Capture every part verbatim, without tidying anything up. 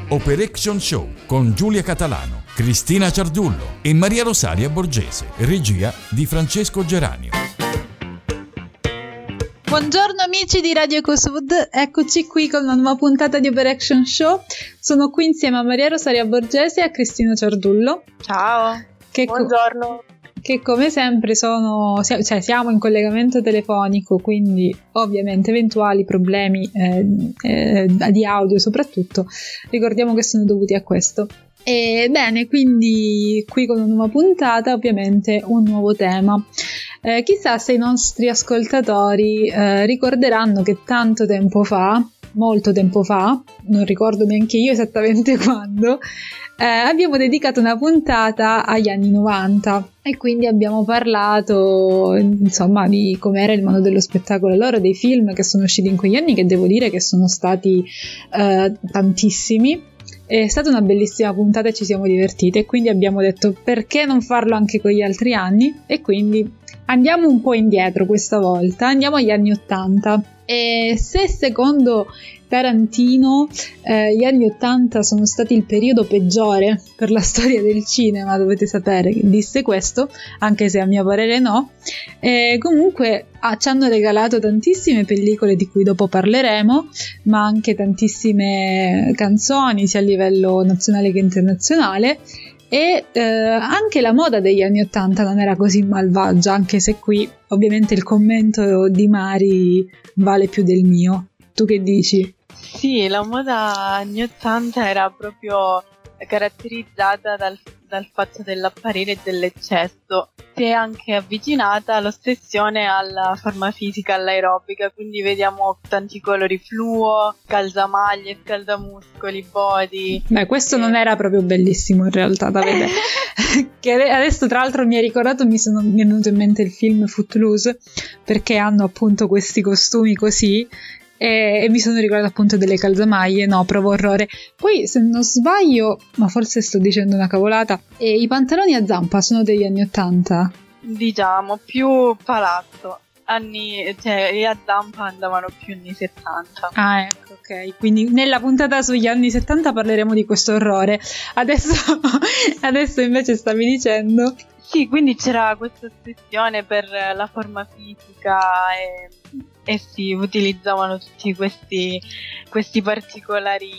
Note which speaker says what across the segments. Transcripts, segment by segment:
Speaker 1: Operation Show con Giulia Catalano, Cristina Ciardullo e Maria Rosaria Borgese, regia di Francesco Geranio.
Speaker 2: Buongiorno amici di Radio EcoSud, eccoci qui con una nuova puntata di Operation Show. Sono qui insieme a Maria Rosaria Borgese e a Cristina Ciardullo.
Speaker 3: Ciao,
Speaker 2: che
Speaker 3: buongiorno.
Speaker 2: Co- che come sempre sono, cioè siamo in collegamento telefonico, quindi ovviamente eventuali problemi eh, eh, di audio soprattutto, ricordiamo che sono dovuti a questo. E bene, quindi qui con una nuova puntata, ovviamente un nuovo tema. Eh, chissà se i nostri ascoltatori eh, ricorderanno che tanto tempo fa, molto tempo fa, non ricordo neanche io esattamente quando, eh, abbiamo dedicato una puntata agli anni novanta e quindi abbiamo parlato insomma di com'era il mondo dello spettacolo allora, dei film che sono usciti in quegli anni, che devo dire che sono stati eh, tantissimi. È stata una bellissima puntata e ci siamo divertite, e quindi abbiamo detto perché non farlo anche con gli altri anni, e quindi andiamo un po' indietro questa volta, andiamo agli anni ottanta. E se secondo Tarantino eh, gli anni ottanta sono stati il periodo peggiore per la storia del cinema, dovete sapere che disse questo, anche se a mio parere no, e comunque ah, ci hanno regalato tantissime pellicole di cui dopo parleremo, ma anche tantissime canzoni sia a livello nazionale che internazionale. E eh, anche la moda degli anni ottanta non era così malvagia, anche se qui ovviamente il commento di Mari vale più del mio. Tu che dici?
Speaker 3: Sì, la moda anni ottanta era proprio caratterizzata dal, dal fatto dell'apparire e dell'eccesso. Si è anche avvicinata l'ossessione alla forma fisica, all'aerobica, quindi vediamo tanti colori fluo, calzamaglie, scaldamuscoli, body.
Speaker 2: Beh, questo e... non era proprio bellissimo in realtà da vedere. Che adesso tra l'altro mi ha ricordato, mi, sono, mi è venuto in mente il film Footloose, perché hanno appunto questi costumi così. E, e mi sono ricordato appunto delle calzamaglie, no, provo orrore. Poi se non sbaglio, ma forse sto dicendo una cavolata, e i pantaloni a zampa sono degli anni ottanta?
Speaker 3: Diciamo più palazzo, anni, cioè a zampa andavano più anni settanta.
Speaker 2: Ah, ecco, ok, quindi nella puntata sugli anni settanta parleremo di questo orrore. Adesso, adesso invece stavi dicendo...
Speaker 3: Sì, quindi c'era questa ossessione per la forma fisica e, e si utilizzavano tutti questi, questi particolari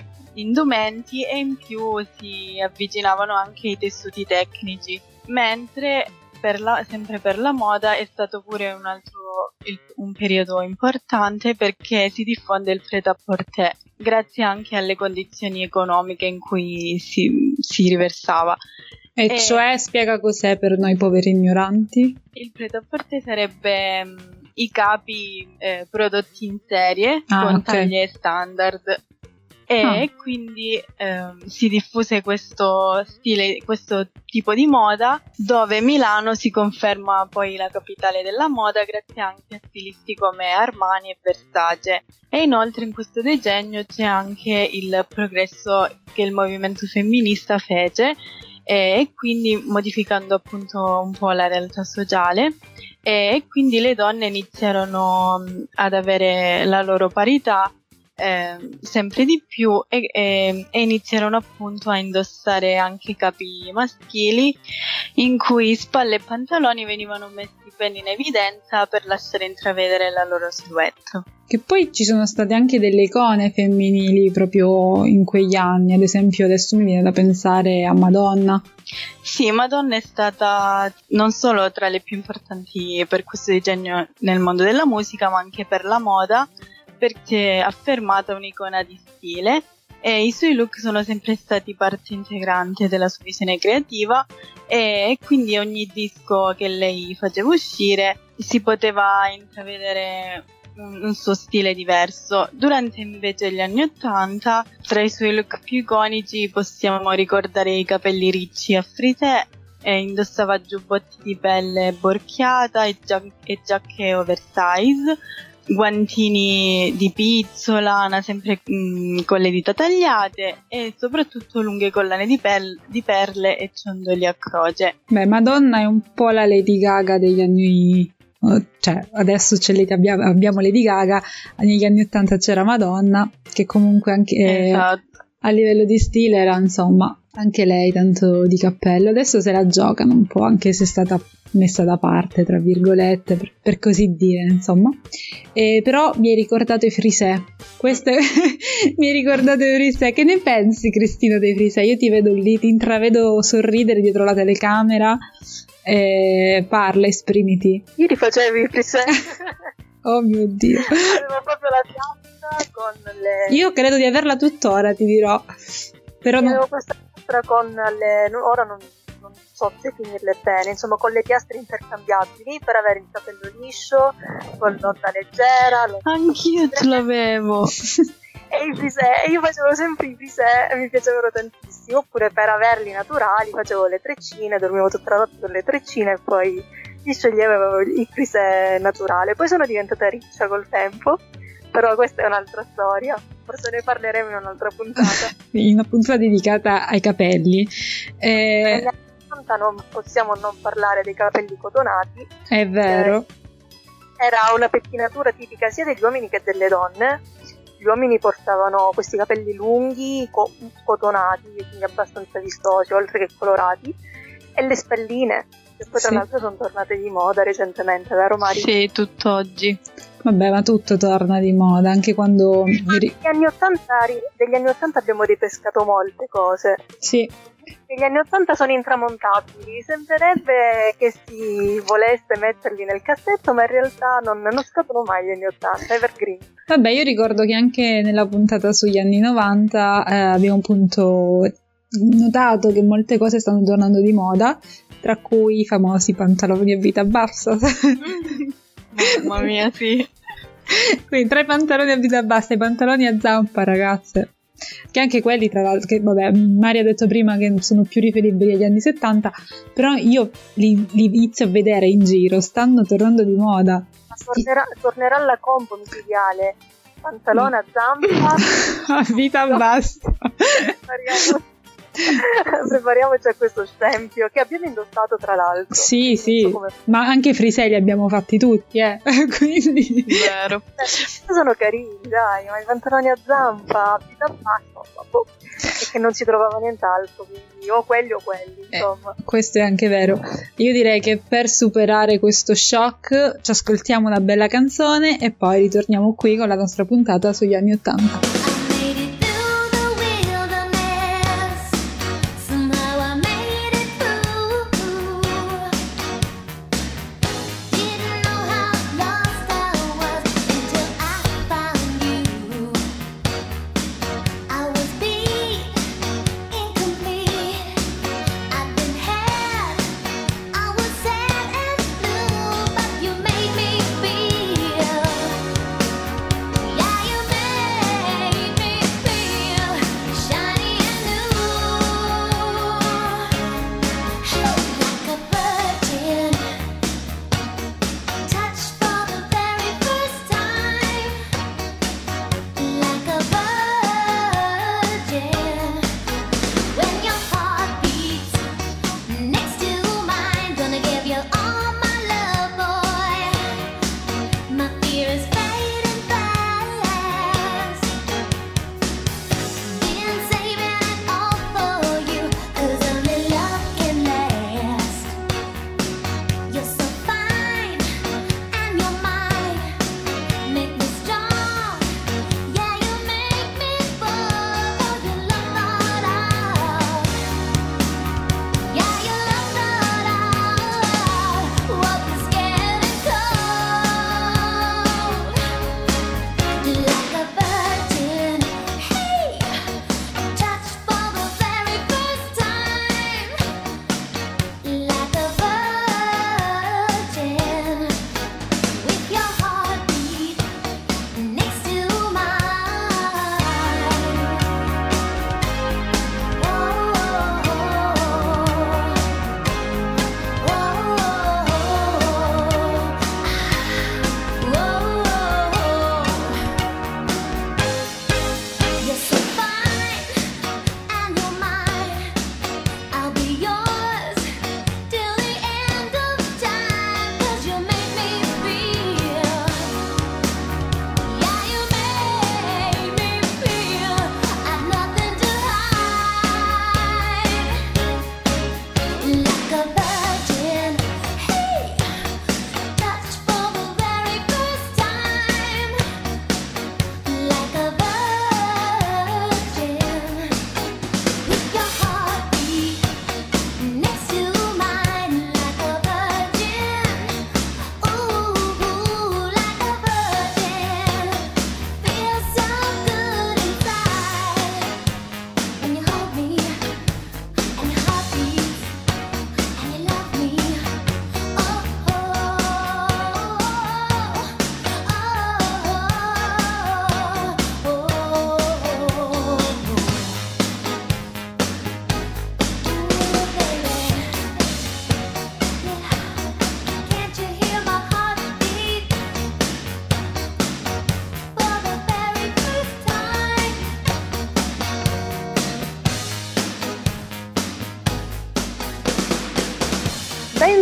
Speaker 3: indumenti, e in più si avvicinavano anche i tessuti tecnici, mentre per la, sempre per la moda è stato pure un altro il, un periodo importante, perché si diffonde il prêt-à-porter grazie anche alle condizioni economiche in cui si, si riversava.
Speaker 2: E, e cioè, spiega cos'è per noi poveri ignoranti.
Speaker 3: Il prêt-à-porter sarebbe um, i capi eh, prodotti in serie
Speaker 2: ah,
Speaker 3: con
Speaker 2: okay.
Speaker 3: taglie standard, e ah. quindi ehm, si diffuse questo stile, questo tipo di moda, dove Milano si conferma poi la capitale della moda grazie anche a stilisti come Armani e Versace. E inoltre in questo decennio c'è anche il progresso che il movimento femminista fece, e quindi modificando appunto un po' la realtà sociale, e quindi le donne iniziarono ad avere la loro parità eh, sempre di più, e, e, e iniziarono appunto a indossare anche capi maschili in cui spalle e pantaloni venivano messi ben in evidenza per lasciare intravedere la loro silhouette.
Speaker 2: Che poi ci sono state anche delle icone femminili proprio in quegli anni, ad esempio adesso mi viene da pensare a Madonna.
Speaker 3: Sì, Madonna è stata non solo tra le più importanti per questo decennio nel mondo della musica, ma anche per la moda, perché è affermata un'icona di stile, e i suoi look sono sempre stati parte integrante della sua visione creativa, e quindi ogni disco che lei faceva uscire si poteva intravedere un, un suo stile diverso. Durante invece gli anni ottanta, tra i suoi look più iconici possiamo ricordare i capelli ricci a frisè, e indossava giubbotti di pelle borchiata e, giac- e giacche oversize, guantini di pizzolana sempre mh, con le dita tagliate, e soprattutto lunghe collane di, pel- di perle e ciondoli a croce.
Speaker 2: Beh, Madonna è un po' la Lady Gaga degli anni, cioè adesso c'è Lady, abbiamo Lady Gaga, negli anni ottanta c'era Madonna, che comunque anche
Speaker 3: esatto.
Speaker 2: a livello di stile era, insomma, anche lei tanto di cappello. Adesso se la giocano un po', anche se è stata messa da parte, tra virgolette, per, per così dire, insomma. Eh, però mi hai ricordato i frisè. Queste mi hai ricordato i frisè. Che ne pensi, Cristina, dei frisè? Io ti vedo lì, ti intravedo sorridere dietro la telecamera. Eh, parla, esprimiti.
Speaker 4: Io li facevo i frisè.
Speaker 2: Oh mio Dio.
Speaker 4: Avevo proprio la pianta con le...
Speaker 2: Io credo di averla tuttora, ti dirò. Però
Speaker 4: Io
Speaker 2: non...
Speaker 4: avevo questa piastra con le... Ora non, non so definirle bene, insomma con le piastre intercambiabili per avere il capello liscio, con l'onda leggera.
Speaker 3: Anch'io ce l'avevo.
Speaker 4: E i frisè, io facevo sempre i frisè e mi piacevano tantissimo. Oppure per averli naturali facevo le treccine, dormivo tutta la notte con le treccine e poi mi scioglievo il frisè naturale. Poi sono diventata riccia col tempo, però questa è un'altra storia, forse ne parleremo in un'altra puntata.
Speaker 2: In una puntata dedicata ai capelli. Eh...
Speaker 4: Negli anni ottanta non possiamo non parlare dei capelli cotonati.
Speaker 2: È vero.
Speaker 4: Eh, era una pettinatura tipica sia degli uomini che delle donne. Gli uomini portavano questi capelli lunghi, co- cotonati, quindi abbastanza vistosi, oltre che colorati, e le spalline, che poi tra
Speaker 2: Sì.
Speaker 4: l'altro sono tornate di moda recentemente, vero Mari?
Speaker 3: Sì, tutt'oggi.
Speaker 2: Vabbè, ma tutto torna di moda, anche quando...
Speaker 4: Negli anni ottanta, degli anni ottanta abbiamo ripescato molte cose.
Speaker 2: Sì.
Speaker 4: Negli anni ottanta sono intramontabili, sembrerebbe che si volesse metterli nel cassetto, ma in realtà non, non scappano mai gli anni ottanta, evergreen.
Speaker 2: Vabbè, io ricordo che anche nella puntata sugli anni novanta eh, abbiamo appunto notato che molte cose stanno tornando di moda, tra cui i famosi pantaloni a vita bassa.
Speaker 3: Mamma mia, sì.
Speaker 2: Quindi tra i pantaloni a vita bassa e i pantaloni a zampa, ragazze, che anche quelli, tra l'altro, che vabbè, Mari ha detto prima che sono più riferibili agli anni settanta, però io li, li inizio a vedere in giro, stanno tornando di moda.
Speaker 4: Ma tornerà, tornerà la combo micidiale, pantalone a zampa,
Speaker 2: A vita bassa.
Speaker 4: prepariamo- prepariamoci a questo scempio che abbiamo indossato tra l'altro.
Speaker 2: Sì,
Speaker 4: Non
Speaker 2: sì,
Speaker 4: so come-
Speaker 2: ma anche i frisè li abbiamo fatti tutti, eh. Quindi...
Speaker 3: Vero.
Speaker 4: Eh, sono carini, dai, ma i pantaloni a zampa, a vita bassa, boh, e che non si trovava nient'altro, quindi o quelli o quelli, insomma.
Speaker 2: Eh, questo è anche vero. Io direi che per superare questo shock ci ascoltiamo una bella canzone e poi ritorniamo qui con la nostra puntata sugli anni ottanta.
Speaker 5: Yeah, you made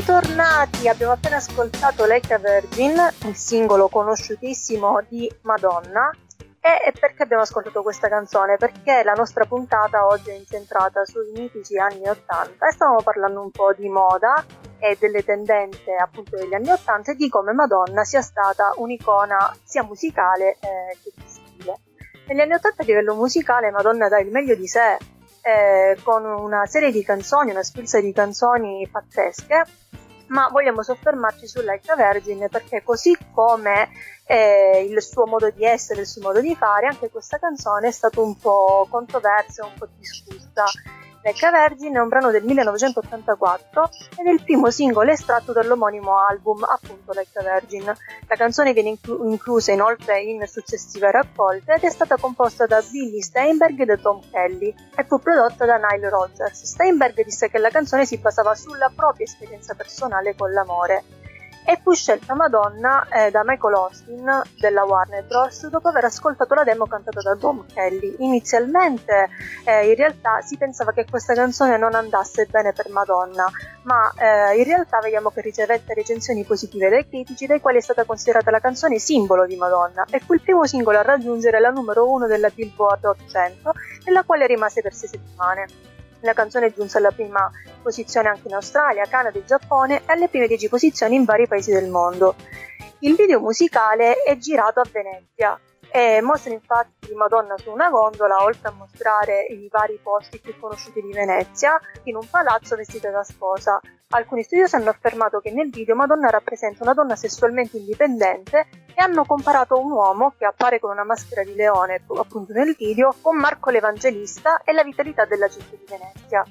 Speaker 4: Bentornati, abbiamo appena ascoltato Like a Virgin, il singolo conosciutissimo di Madonna. E perché abbiamo ascoltato questa canzone? Perché la nostra puntata oggi è incentrata sui mitici anni ottanta e stavamo parlando un po' di moda e delle tendenze appunto degli anni ottanta e di come Madonna sia stata un'icona sia musicale eh, che di stile. Negli anni ottanta a livello musicale Madonna dà il meglio di sé, Eh, con una serie di canzoni, una sfilza di canzoni pazzesche, ma vogliamo soffermarci su Like a Virgin perché così come eh, il suo modo di essere, il suo modo di fare, anche questa canzone è stata un po' controversa, un po' discussa. Like a Virgin è un brano del millenovecentottantaquattro ed è il primo singolo estratto dall'omonimo album, appunto Like a Virgin. La canzone viene inclu- inclusa inoltre in successive raccolte ed è stata composta da Billy Steinberg e da Tom Kelly e fu prodotta da Nile Rodgers. Steinberg disse che la canzone si basava sulla propria esperienza personale con l'amore e fu scelta Madonna eh, da Michael Austin della Warner Bros. Dopo aver ascoltato la demo cantata da Tom Kelly. Inizialmente eh, in realtà si pensava che questa canzone non andasse bene per Madonna, ma eh, in realtà vediamo che ricevette recensioni positive dai critici, dai quali è stata considerata la canzone simbolo di Madonna e fu il primo singolo a raggiungere la numero uno della Billboard ottocento, nella quale rimase per sei settimane. La canzone giunse alla prima posizione anche in Australia, Canada e Giappone e alle prime dieci posizioni in vari paesi del mondo. Il video musicale è girato a Venezia e mostra infatti Madonna su una gondola, oltre a mostrare i vari posti più conosciuti di Venezia, in un palazzo vestita da sposa. Alcuni studiosi hanno affermato che nel video Madonna rappresenta una donna sessualmente indipendente e hanno comparato un uomo che appare con una maschera di leone, appunto nel video, con Marco l'Evangelista e la vitalità della città di Venezia.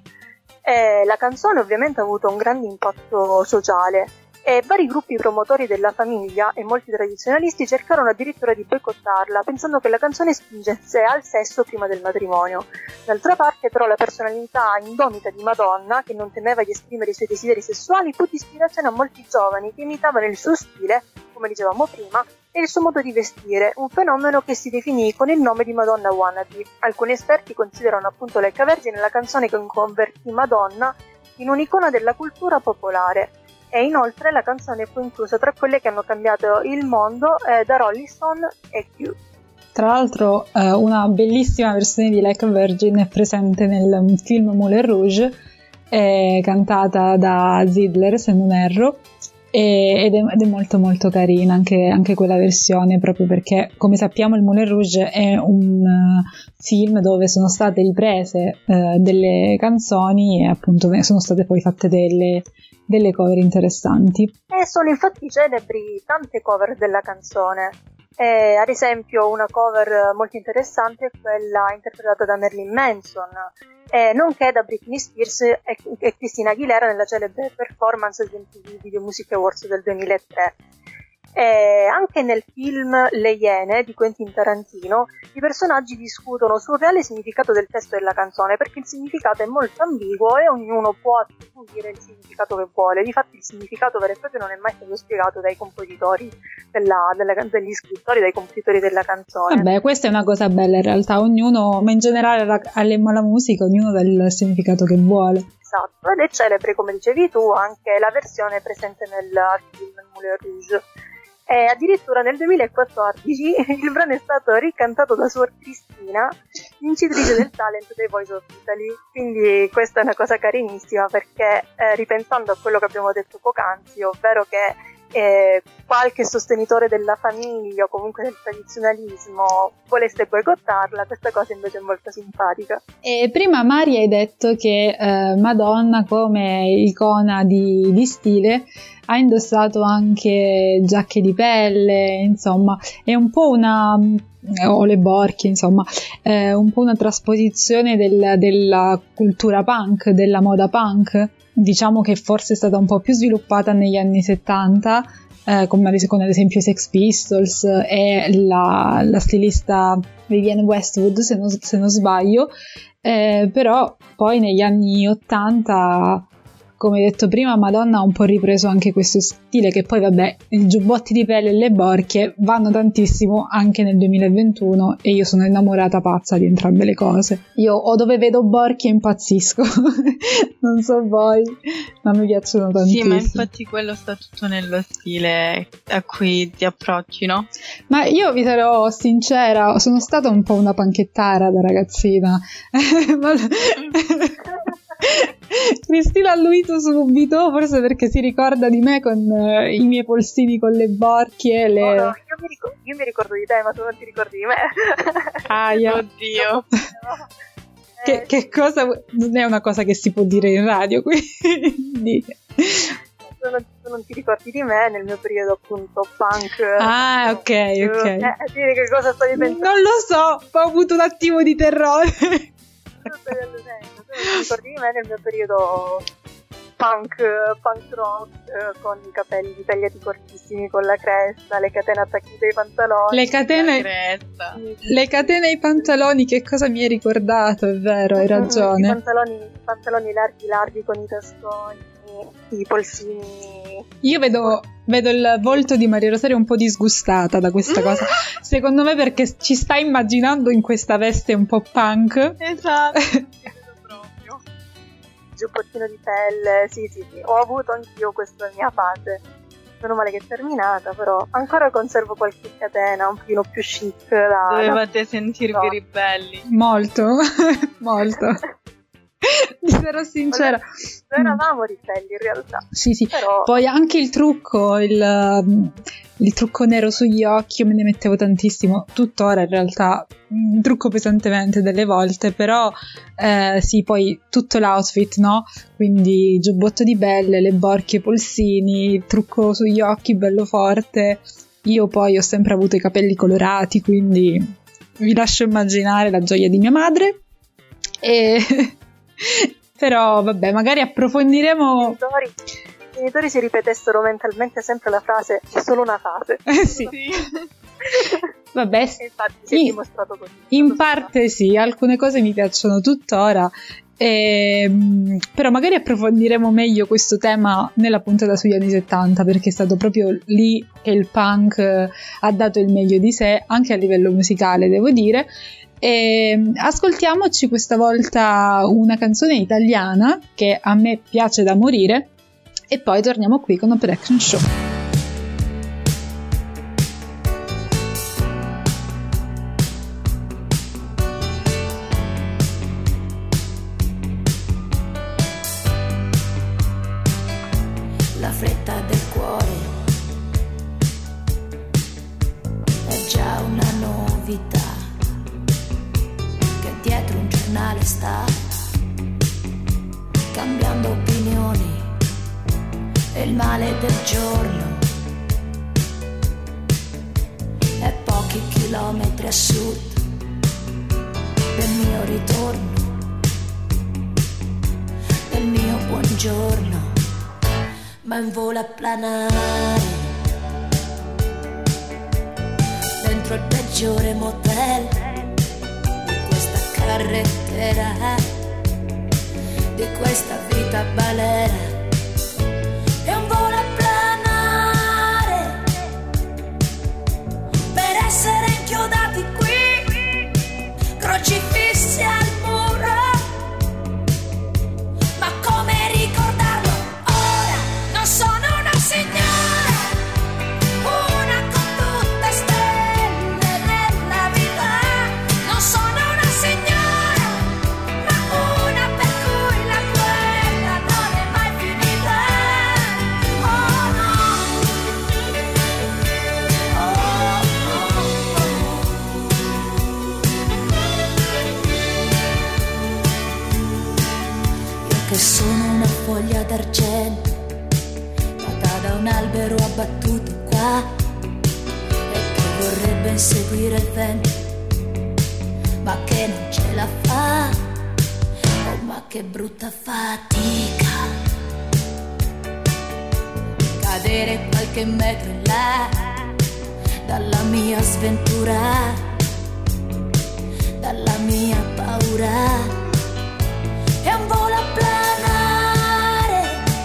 Speaker 4: E la canzone ovviamente ha avuto un grande impatto sociale e vari gruppi promotori della famiglia e molti tradizionalisti cercarono addirittura di boicottarla, pensando che la canzone spingesse al sesso prima del matrimonio. D'altra parte però la personalità indomita di Madonna, che non temeva di esprimere i suoi desideri sessuali, fu di ispirazione a molti giovani che imitavano il suo stile, come dicevamo prima, e il suo modo di vestire, un fenomeno che si definì con il nome di Madonna Wannabe. Alcuni esperti considerano appunto Like a Virgin la canzone che convertì Madonna in un'icona della cultura popolare. E inoltre la canzone fu inclusa tra quelle che hanno cambiato il mondo eh, da Rolling Stone e Q.
Speaker 2: Tra l'altro eh, una bellissima versione di Like a Virgin è presente nel film Moulin Rouge, è cantata da Zidler se non erro, e, ed, è, ed è molto molto carina anche, anche quella versione, proprio perché come sappiamo il Moulin Rouge è un uh, film dove sono state riprese uh, delle canzoni e appunto sono state poi fatte delle delle cover interessanti.
Speaker 4: E sono infatti celebri tante cover della canzone. E, ad esempio una cover molto interessante è quella interpretata da Marilyn Manson, e nonché da Britney Spears e, e Christina Aguilera nella celebre performance agli M T V Video Music Awards del duemilatré. E anche nel film Le Iene di Quentin Tarantino i personaggi discutono sul reale significato del testo della canzone, perché il significato è molto ambiguo e ognuno può attribuire il significato che vuole. Difatti il significato vero e proprio non è mai stato spiegato dai compositori della, della, degli scrittori, dai compositori della canzone.
Speaker 2: Vabbè, questa è una cosa bella in realtà, ognuno, ma in generale la, alla musica ognuno dà il significato che vuole.
Speaker 4: Esatto, ed è celebre, come dicevi tu, anche la versione presente nel film Moulin Rouge. E addirittura nel duemilaquattordici il brano è stato ricantato da Suor Cristina, vincitrice del talent dei Voice of Italy. Quindi questa è una cosa carinissima, perché eh, ripensando a quello che abbiamo detto poc'anzi, ovvero che eh, qualche sostenitore della famiglia o comunque del tradizionalismo volesse boicottarla, questa cosa invece è molto simpatica.
Speaker 2: E prima Mari hai detto che eh, Madonna come icona di, di stile ha indossato anche giacche di pelle, insomma è un po' una, o le borchie, insomma è un po' una trasposizione del, della cultura punk, della moda punk. Diciamo che forse è stata un po' più sviluppata negli anni settanta, eh, come ad esempio i Sex Pistols e la, la stilista Vivienne Westwood, se non, se non sbaglio, eh, però poi negli anni ottanta come detto prima, Madonna ha un po' ripreso anche questo stile, che poi vabbè, i giubbotti di pelle e le borchie vanno tantissimo anche nel duemilaventuno e io sono innamorata pazza di entrambe le cose. Io o dove vedo borchie impazzisco, non so voi, ma mi piacciono tantissimo.
Speaker 3: Sì, ma infatti quello sta tutto nello stile a cui ti approcci, no?
Speaker 2: Ma io vi sarò sincera, sono stata un po' una panchettara da ragazzina. Ma... Cristina ha alluito subito, forse perché si ricorda di me con uh, i miei polsini con le borchie. Le...
Speaker 4: Oh, no, io, mi ricordo, io mi ricordo di te, ma tu non ti ricordi di me.
Speaker 2: Aia.
Speaker 3: Oddio.
Speaker 2: Che, che cosa? Non è una cosa che si può dire in radio, quindi...
Speaker 4: Tu non, tu non ti ricordi di me nel mio periodo appunto punk.
Speaker 2: Ah, ok, ok.
Speaker 4: Eh, dire che cosa stavi pensando?
Speaker 2: Non lo so, ho avuto un attimo di terrore.
Speaker 4: Tu stai alludendo, tu non ti ricordi di me nel mio periodo punk, punk rock, con i capelli tagliati cortissimi, con la cresta, le catene attaccate ai pantaloni.
Speaker 2: Le catene, le catene ai pantaloni, che cosa mi hai ricordato, è vero, hai ragione.
Speaker 4: I pantaloni, i pantaloni larghi larghi con i tastoni, i polsini.
Speaker 2: Io vedo, vedo il volto di Maria Rosaria un po' disgustata da questa cosa. Secondo me perché ci sta immaginando in questa veste un po' punk.
Speaker 3: Esatto. Proprio.
Speaker 4: Giubbottino di pelle, sì sì sì, ho avuto anch'io questa mia fase. Meno male che è terminata, però ancora conservo qualche catena un pochino più chic da...
Speaker 3: Dovevate sentirvi
Speaker 4: no.
Speaker 3: ribelli.
Speaker 2: Molto, molto. Mi sarò sincera.
Speaker 4: Noi eravamo ribelli in realtà.
Speaker 2: Sì, sì.
Speaker 4: Però...
Speaker 2: Poi anche il trucco, il, il trucco nero sugli occhi, io me ne mettevo tantissimo. Tuttora in realtà trucco pesantemente delle volte, però eh, sì, poi tutto l'outfit, no? Quindi giubbotto di pelle, le borchie, i polsini, il trucco sugli occhi bello forte. Io poi ho sempre avuto i capelli colorati, quindi vi lascio immaginare la gioia di mia madre. E... però vabbè, magari approfondiremo.
Speaker 4: I genitori, i genitori si ripetessero mentalmente sempre la frase c'è solo una fase.
Speaker 2: Eh sì, sì. Vabbè,
Speaker 4: e infatti si è dimostrato così.
Speaker 2: In parte sì, alcune cose mi piacciono tuttora, e, però magari approfondiremo meglio questo tema nella puntata sugli anni settanta, perché è stato proprio lì che il punk ha dato il meglio di sé, anche a livello musicale devo dire. E ascoltiamoci questa volta una canzone italiana che a me piace da morire e poi torniamo qui con Operation Show.
Speaker 5: La fretta del cuore è già una novità, dietro un giornale sta cambiando opinioni e il male del giorno è pochi chilometri a sud del mio ritorno, del mio buongiorno, ma in volo a planare dentro il peggiore motel carrettera di questa vita balera. È un volo a planare per essere inchiodati qui, crocifissi al muro, ma come ricordarlo ora? Non sono una signora, una con tutte stelle nella vita, non sono una signora, che sono una foglia d'argento nata da un albero abbattuto qua e che vorrebbe inseguire il vento ma che non ce la fa. Oh, ma che brutta fatica cadere qualche metro in là dalla mia sventura, dalla mia paura. È un volo a planare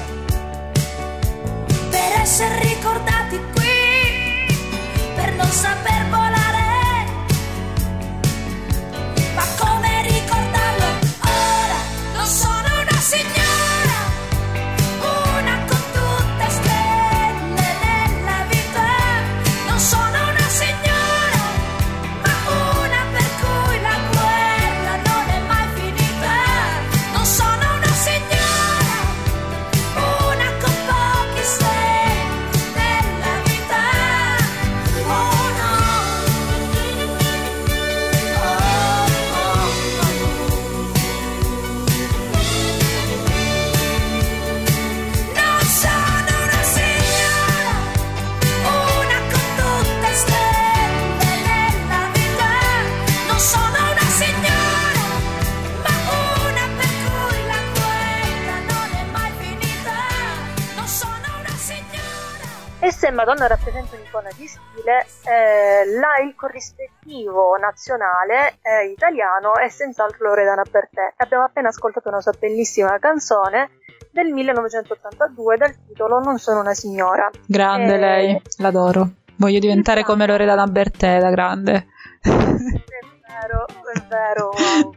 Speaker 4: se Madonna rappresenta un'icona di stile, eh, la, il corrispettivo nazionale eh, italiano è senz'altro Loredana Bertè. Abbiamo appena ascoltato una sua bellissima canzone del millenovecentottantadue dal titolo Non sono una signora.
Speaker 2: Grande eh, lei, l'adoro. Voglio diventare esatto. come Loredana Bertè da grande.
Speaker 4: È vero, è vero, wow.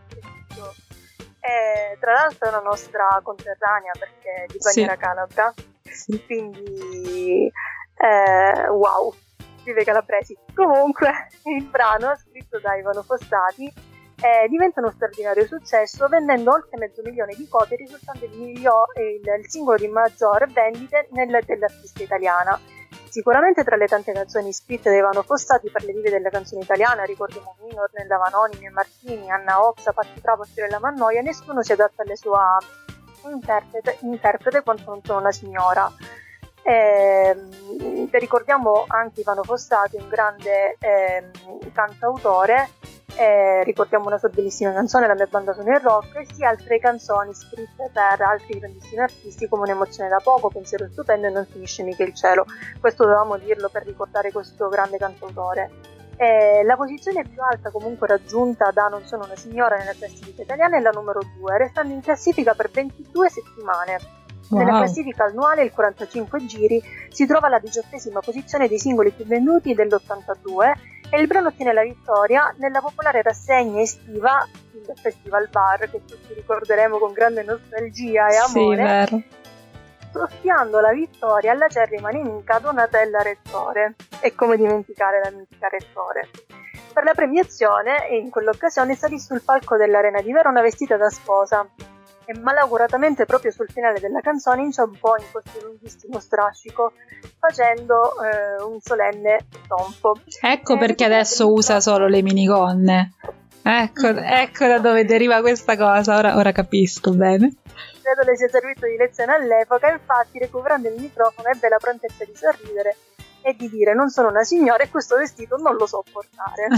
Speaker 4: Eh, tra l'altro è una nostra conterranea perché di Bagnera sì. Calabra, sì. quindi eh, wow, vive calabresi. Comunque il brano scritto da Ivano Fossati eh, diventa uno straordinario successo, vendendo oltre mezzo milione di copie, risultando il, miglio, il, il singolo di maggior vendite nel, dell'artista italiana. Sicuramente tra le tante canzoni scritte da Ivano Fossati per le vive della canzone italiana, ricordiamo Minor, Nella Vanoni, Mie Martini, Anna Oxa, Patti Bravo, Fiorella Mannoia, nessuno si adatta alle sue interprete, interprete quanto non sono una signora. Eh, ricordiamo anche Ivano Fossati, un grande eh, cantautore, eh, ricordiamo una sua bellissima canzone, La mia banda sono il rock, e sia altre canzoni scritte per altri grandissimi artisti come Un'emozione da poco, Pensiero stupendo e Non finisce mica il cielo. Questo dovevamo dirlo per ricordare questo grande cantautore. Eh, la posizione più alta comunque raggiunta da Non sono una signora nella classifica italiana è la numero due, restando in classifica per ventidue settimane. Wow. Nella classifica annuale, il quarantacinque giri, si trova alla diciottesima posizione dei singoli più venduti dell'ottantadue e il brano ottiene la vittoria nella popolare rassegna estiva, il Festival Bar, che tutti ricorderemo con grande nostalgia e amore, sì, soffiando la vittoria alla acerrima nemica Donatella Rettore. E come dimenticare la mitica Rettore. Per la premiazione, in quell'occasione, salì sul palco dell'Arena di Verona vestita da sposa e malauguratamente proprio sul finale della canzone inciampò in questo lunghissimo strascico facendo eh, un solenne tompo.
Speaker 2: Ecco eh, perché adesso usa solo le minigonne. Ecco, ecco da dove deriva questa cosa, ora, ora capisco bene.
Speaker 4: Credo le sia servito di lezione all'epoca, infatti recuperando il microfono ebbe la prontezza di sorridere e di dire non sono una signora e questo vestito non lo so portare.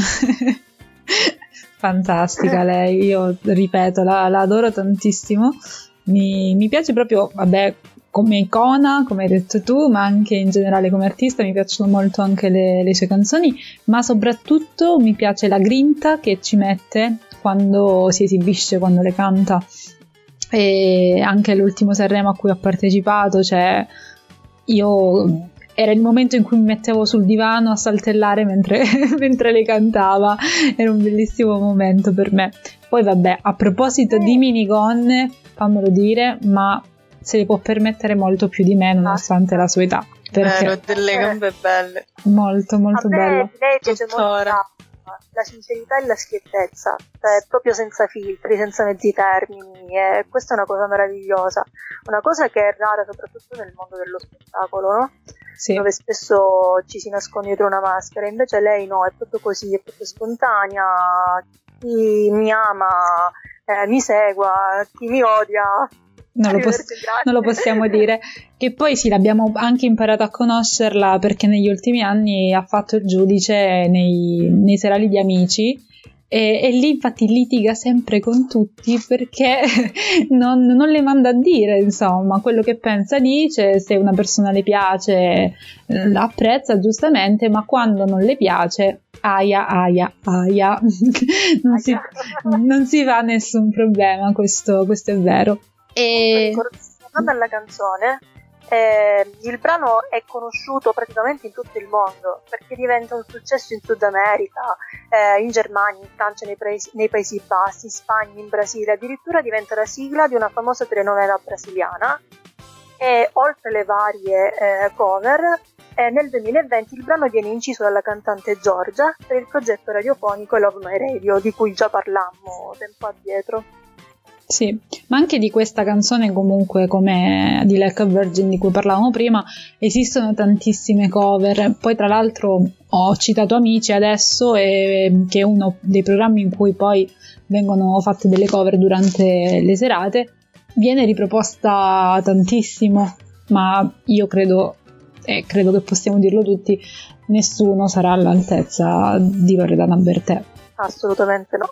Speaker 2: Fantastica lei, io ripeto, la, la adoro tantissimo, mi, mi piace proprio, vabbè, come icona, come hai detto tu, ma anche in generale come artista mi piacciono molto anche le, le sue canzoni, ma soprattutto mi piace la grinta che ci mette quando si esibisce, quando le canta. E anche l'ultimo Sanremo a cui ho partecipato, cioè io era il momento in cui mi mettevo sul divano a saltellare mentre, mentre le cantava, era un bellissimo momento per me. Poi vabbè, a proposito di minigonne, fammelo dire, ma se le può permettere molto più di me nonostante la sua età, perché
Speaker 3: vero, delle gambe belle,
Speaker 2: molto molto
Speaker 4: a me,
Speaker 2: bello.
Speaker 4: Lei piace molto la sincerità e la schiettezza, cioè proprio senza filtri, senza mezzi termini, e questa è una cosa meravigliosa, una cosa che è rara soprattutto nel mondo dello spettacolo, no? Sì. Dove spesso ci si nasconde dietro una maschera, invece lei no, è proprio così, è proprio spontanea, chi mi ama eh, mi segua, chi mi odia
Speaker 2: non lo, poss- non lo possiamo dire, che poi sì, l'abbiamo anche imparato a conoscerla perché negli ultimi anni ha fatto il giudice nei, nei serali di Amici e, e lì infatti litiga sempre con tutti perché non, non le manda a dire insomma quello che pensa, dice, se una persona le piace la apprezza giustamente, ma quando non le piace aia aia aia non, si, non si fa nessun problema, questo, questo è vero. E
Speaker 4: tornando alla canzone, eh, il brano è conosciuto praticamente in tutto il mondo perché diventa un successo in Sud America, eh, in Germania, in Francia, nei paesi, nei Paesi Bassi, in Spagna, in Brasile, addirittura diventa la sigla di una famosa telenovela brasiliana. E oltre le varie eh, cover, eh, nel duemilaventi il brano viene inciso dalla cantante Giorgia per il progetto radiofonico Love My Radio, di cui già parlammo tempo addietro.
Speaker 2: Sì, ma anche di questa canzone comunque, come di Like a Virgin di cui parlavamo prima, esistono tantissime cover. Poi tra l'altro ho citato Amici adesso, e, che è uno dei programmi in cui poi vengono fatte delle cover durante le serate, viene riproposta tantissimo, ma io credo, e credo che possiamo dirlo tutti, nessuno sarà all'altezza di Loredana Bertè.
Speaker 4: Assolutamente no.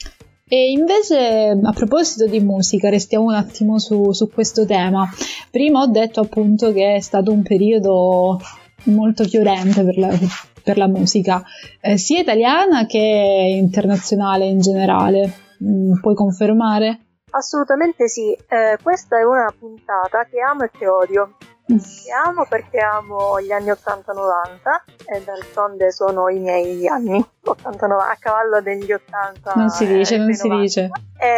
Speaker 2: E invece, a proposito di musica, restiamo un attimo su, su questo tema. Prima ho detto appunto che è stato un periodo molto fiorente per la, per la musica, eh, sia italiana che internazionale in generale. Mm, puoi confermare?
Speaker 4: Assolutamente sì, eh, questa è una puntata che amo e che odio. Che amo perché amo gli anni ottanta novanta e d'altronde sono i miei anni ottanta novanta, a cavallo degli ottanta.
Speaker 2: Non si dice, non si dice.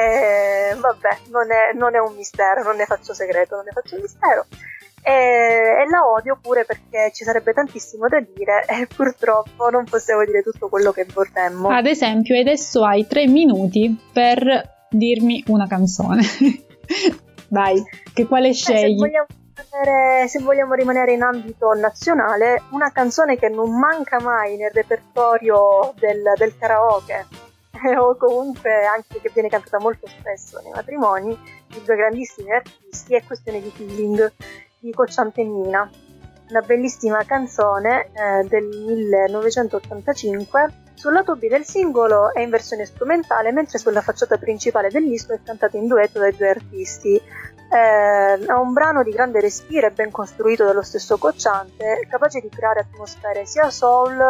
Speaker 4: E vabbè, non è, non è un mistero, non ne faccio segreto, non ne faccio un mistero. E, e la odio pure perché ci sarebbe tantissimo da dire e purtroppo non possiamo dire tutto quello che vorremmo.
Speaker 2: Ad esempio, adesso hai tre minuti per dirmi una canzone. Vai, che quale scegli?
Speaker 4: Eh, se, vogliamo rimanere, se vogliamo rimanere in ambito nazionale, una canzone che non manca mai nel repertorio del, del karaoke eh, o comunque anche che viene cantata molto spesso nei matrimoni di due grandissimi artisti, è Questione di Feeling di Cocciante e Mina, una bellissima canzone eh, del millenovecentottantacinque. Sul lato B del singolo è in versione strumentale, mentre sulla facciata principale del disco è cantato in duetto dai due artisti. Eh, è un brano di grande respiro e ben costruito dallo stesso Cocciante, capace di creare atmosfere sia soul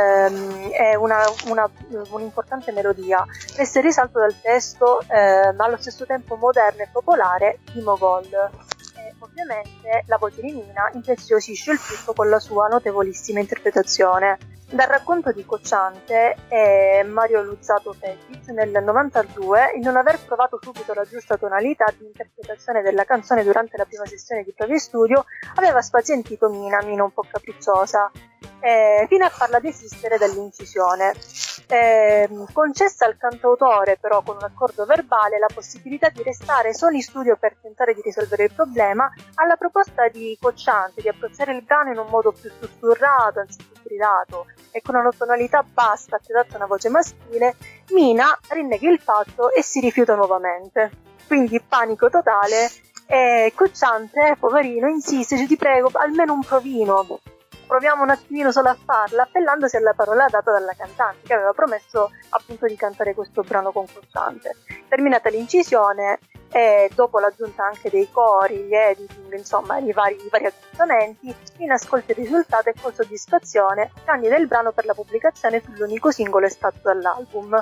Speaker 4: ehm, e una, una, un'importante melodia, messa in risalto dal testo, eh, ma allo stesso tempo moderno e popolare di Mogol. E ovviamente la voce di Mina impreziosisce il tutto con la sua notevolissima interpretazione. Dal racconto di Cocciante e Mario Luzzatto Fetiz nel novantadue, il non aver trovato subito la giusta tonalità di interpretazione della canzone durante la prima sessione di prove studio, aveva spazientito Mina, Mina un po' capricciosa, eh, fino a farla desistere dall'incisione. Eh, concessa al cantautore però con un accordo verbale la possibilità di restare solo in studio per tentare di risolvere il problema, alla proposta di Cocciante di approcciare il brano in un modo più sussurrato, anzi più gridato e con una tonalità bassa adatta a una voce maschile, Mina rinnega il fatto e si rifiuta nuovamente. Quindi panico totale e Cocciante, poverino, insiste, cioè, ti prego, almeno un provino. Proviamo un attimino solo a farla, appellandosi alla parola data dalla cantante, che aveva promesso appunto di cantare questo brano con Cocciante. Terminata l'incisione e dopo l'aggiunta anche dei cori, gli editing, insomma i vari, i vari aggiustamenti, Mina ascolta il risultato e con soddisfazione candida il brano per la pubblicazione sull'unico singolo estratto dall'album.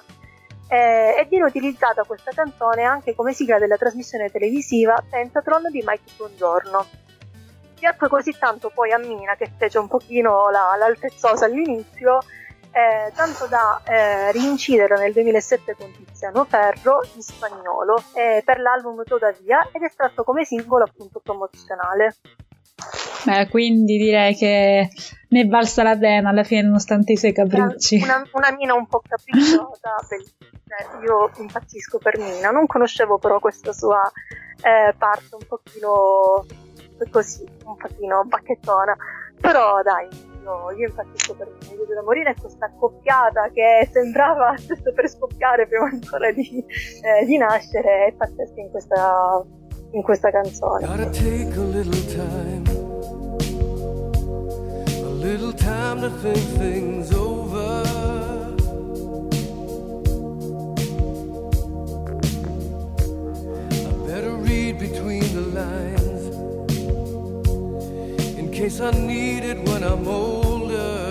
Speaker 4: Eh, e viene utilizzata questa canzone anche come sigla della trasmissione televisiva Pentatron di Mike Bongiorno. Piacque così tanto poi a Mina, che fece un pochino la, l'altezzosa all'inizio, eh, tanto da eh, rinciderla nel duemilasette con Tiziano Ferro in spagnolo eh, per l'album Todavia, ed è estratto come singolo appunto promozionale.
Speaker 2: Beh, quindi direi che ne è valsa la pena alla fine, nonostante i suoi capricci.
Speaker 4: Una, una Mina un po' capricciosa, bellissima. Io impazzisco per Mina, non conoscevo però questa sua eh, parte un pochino così, un pochino bacchettona, però dai, io, io impazzisco per me, vedo da morire questa accoppiata che sembrava stesse per scoppiare prima ancora di, eh, di nascere, è pazzesca in questa, in questa canzone. Gotta take a little time, a little time to think things over. I better read between the lines in case I need it when I'm older.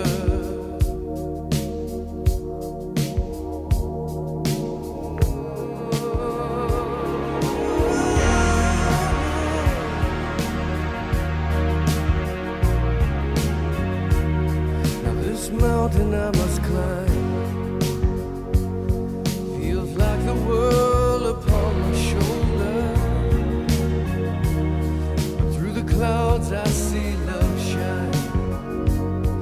Speaker 4: Now this mountain I must climb feels like the world upon my shoulder. Through the clouds I see love shine.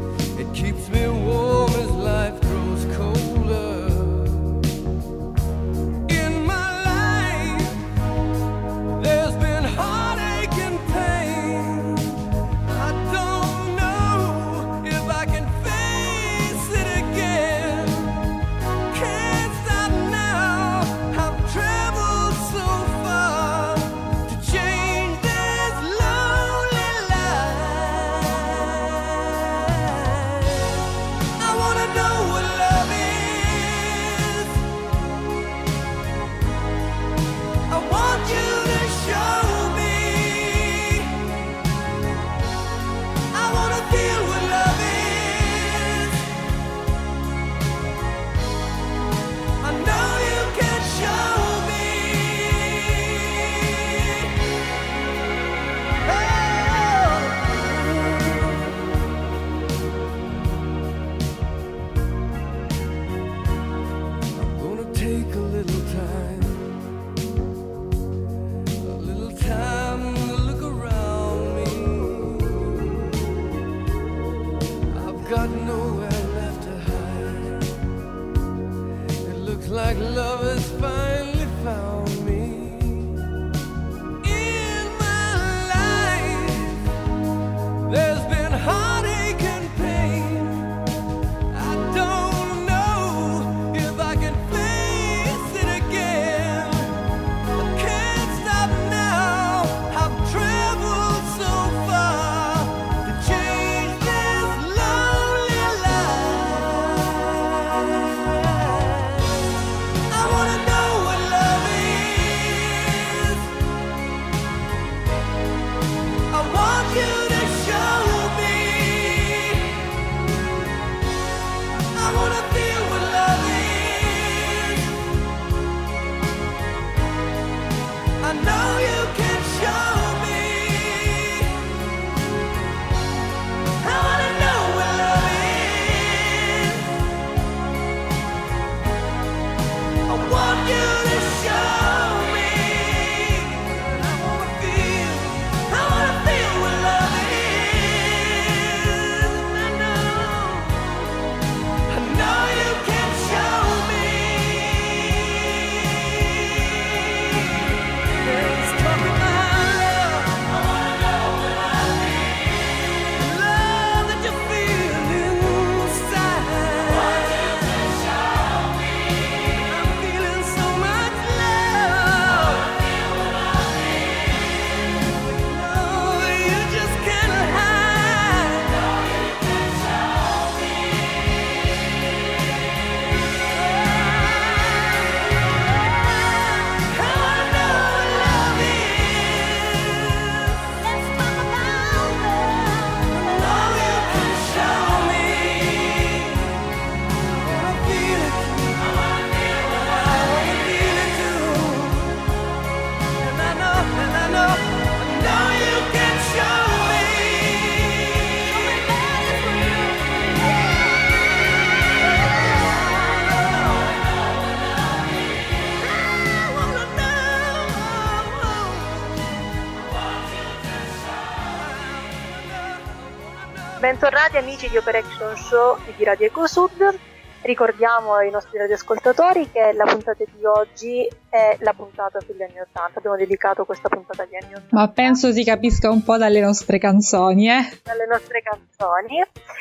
Speaker 4: Bentornati amici di Operation Show e di Radio EcoSud. Ricordiamo ai nostri radioascoltatori che la puntata di oggi è la puntata sugli anni Ottanta. Abbiamo dedicato questa puntata agli anni Ottanta.
Speaker 2: Ma penso si capisca un po' dalle nostre canzoni, eh?
Speaker 4: Dalle nostre canzoni,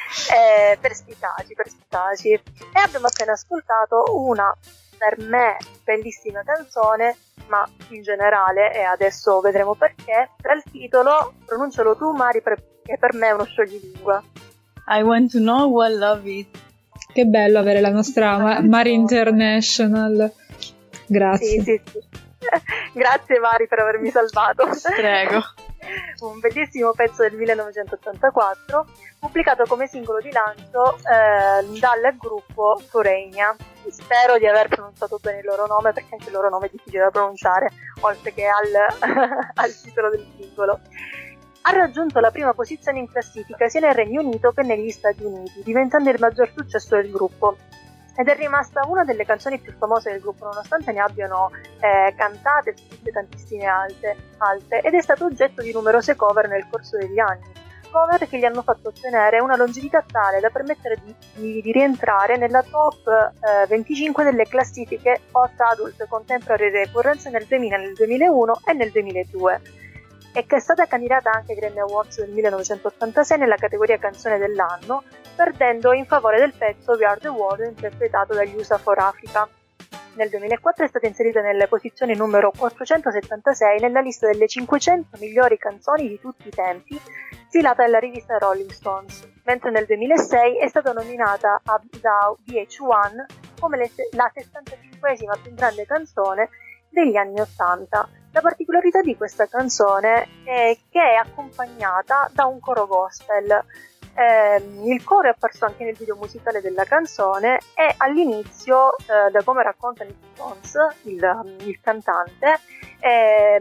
Speaker 4: eh, perspicaci, perspicaci. E abbiamo appena ascoltato una, per me, bellissima canzone, ma in generale, e adesso vedremo perché, dal titolo, pronuncialo tu Mari, che per me è uno scioglilingua.
Speaker 3: I want to know what love is.
Speaker 2: Che bello avere la nostra Ma- Mari International. Grazie.
Speaker 4: Sì, sì, sì. Grazie Mari per avermi salvato.
Speaker 3: Prego.
Speaker 4: Un bellissimo pezzo del millenovecentottantaquattro, pubblicato come singolo di lancio eh, dal gruppo Foreigna. Spero di aver pronunciato bene il loro nome, perché anche il loro nome è difficile da pronunciare, oltre che al, al titolo del singolo. Ha raggiunto la prima posizione in classifica sia nel Regno Unito che negli Stati Uniti, diventando il maggior successo del gruppo. Ed è rimasta una delle canzoni più famose del gruppo, nonostante ne abbiano eh, cantate e scritte tantissime alte, alte, ed è stato oggetto di numerose cover nel corso degli anni. Cover che gli hanno fatto ottenere una longevità tale da permettere di, di, di rientrare nella top eh, venticinque delle classifiche Hot Adult Contemporary Records nel duemila, nel duemilauno e nel duemiladue. E che è stata candidata anche ai Grammy Awards del millenovecentottantasei nella categoria canzone dell'anno, perdendo in favore del pezzo We Are The World interpretato dagli U S A for Africa. Nel duemilaquattro è stata inserita nelle posizioni numero quattrocentosettantasei nella lista delle cinquecento migliori canzoni di tutti i tempi, stilata dalla rivista Rolling Stones, mentre nel duemilasei è stata nominata a, da V H uno come le, la sessantacinquesima più grande canzone degli anni ottanta. La particolarità di questa canzone è che è accompagnata da un coro gospel. Eh, il coro è apparso anche nel video musicale della canzone e all'inizio, eh, da come racconta Nick Jones, il, il cantante, eh,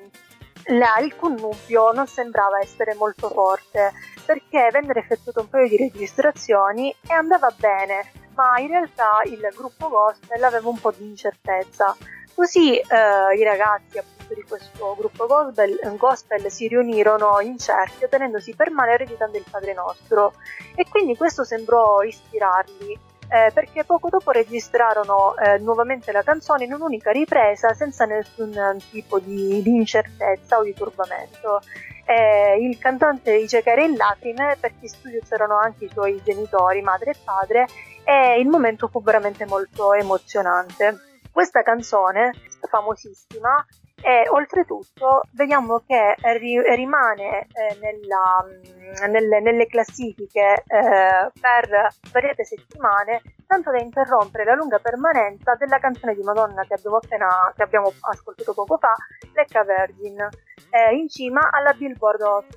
Speaker 4: la, il connubio non sembrava essere molto forte, perché vennero effettuate un paio di registrazioni e andava bene, ma in realtà il gruppo gospel aveva un po' di incertezza. Così eh, i ragazzi appunto di questo gruppo gospel, gospel si riunirono in cerchio tenendosi per mano e recitando il Padre Nostro, e quindi questo sembrò ispirarli, eh, perché poco dopo registrarono eh, nuovamente la canzone in un'unica ripresa senza nessun tipo di, di incertezza o di turbamento. Eh, il cantante dice che era in lacrime perché in studio c'erano anche i suoi genitori, madre e padre, e il momento fu veramente molto emozionante. Questa canzone, famosissima, e oltretutto vediamo che ri- rimane eh, nella, nelle, nelle classifiche eh, per svariate settimane, tanto da interrompere la lunga permanenza della canzone di Madonna che abbiamo appena che abbiamo ascoltato poco fa, Like a Virgin, eh, in cima alla Billboard Hot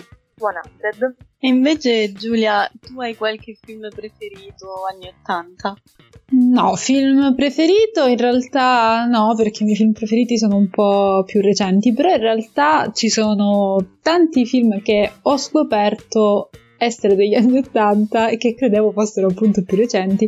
Speaker 4: cento.
Speaker 3: E invece Giulia, tu hai qualche film preferito anni ottanta?
Speaker 2: No, film preferito in realtà no, perché i miei film preferiti sono un po' più recenti, però in realtà ci sono tanti film che ho scoperto essere degli anni ottanta e che credevo fossero appunto più recenti,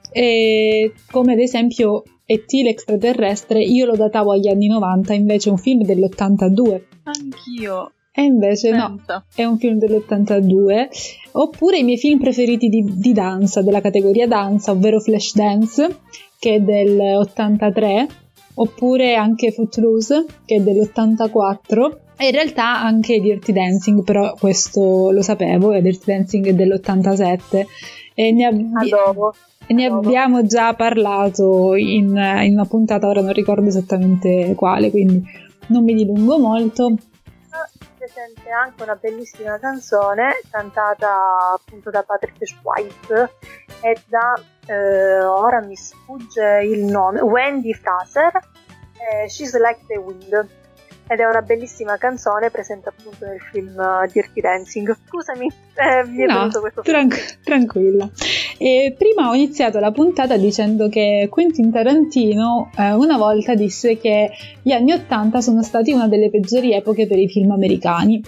Speaker 2: e come ad esempio E T l'extraterrestre io lo datavo agli anni novanta, invece è un film dell'ottantadue.
Speaker 3: Anch'io.
Speaker 2: E invece
Speaker 3: Pensa.
Speaker 2: no, è un film dell'ottantadue. Oppure i miei film preferiti di, di danza, della categoria danza, ovvero Flashdance, che è dell'ottantatré, oppure anche Footloose, che è dell'ottantaquattro, e in realtà anche Dirty Dancing, però questo lo sapevo, e Dirty Dancing è dell'ottantasette. E ne, abbi- e ne abbiamo già parlato in, in una puntata, ora non ricordo esattamente quale, quindi non mi dilungo molto.
Speaker 4: Presente anche una bellissima canzone cantata appunto da Patrick Swayze e da eh, ora mi sfugge il nome, Wendy Fraser, eh, She's Like the Wind, ed è una bellissima canzone presente appunto nel film uh, Dirty Dancing. Scusami, eh, mi è
Speaker 2: no,
Speaker 4: venuto questo
Speaker 2: tranqu- tranquilla. E prima ho iniziato la puntata dicendo che Quentin Tarantino eh, una volta disse che gli anni ottanta sono stati una delle peggiori epoche per i film americani,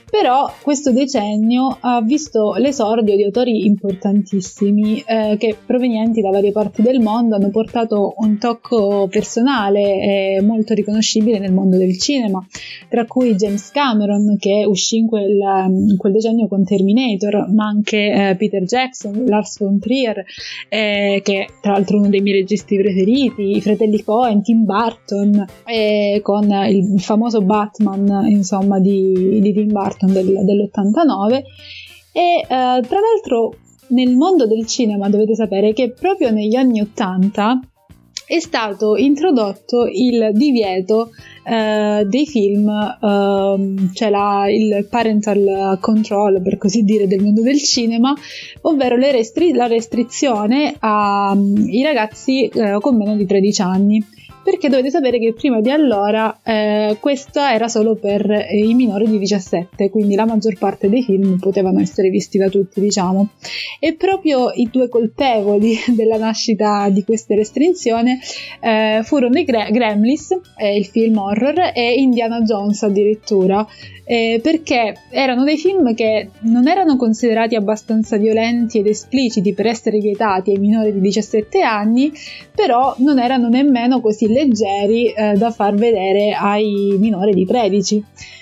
Speaker 2: Però questo decennio ha visto l'esordio di autori importantissimi eh, che provenienti da varie parti del mondo hanno portato un tocco personale e molto riconoscibile nel mondo del cinema, tra cui James Cameron, che uscì in quel, in quel decennio con Terminator, ma anche eh, Peter Jackson, Lars von Trier, eh, che tra l'altro è uno dei miei registi preferiti, i fratelli Coen, Tim Burton, eh, con il famoso Batman, insomma, di, di Tim Burton del, dell'ottantanove. E eh, tra l'altro nel mondo del cinema dovete sapere che proprio negli anni ottanta è stato introdotto il divieto eh, dei film, eh, cioè la, il parental control, per così dire, del mondo del cinema, ovvero le restri- la restrizione ai ragazzi eh, con meno di tredici anni. Perché dovete sapere che prima di allora eh, questa era solo per eh, i minori di diciassette, quindi la maggior parte dei film potevano essere visti da tutti, diciamo. E proprio i due colpevoli della nascita di questa restrizione eh, furono i Gre- Gremlins, eh, il film horror, e Indiana Jones addirittura, eh, perché erano dei film che non erano considerati abbastanza violenti ed espliciti per essere vietati ai minori di diciassette anni, però non erano nemmeno così leggeri eh, da far vedere ai minori di tredici.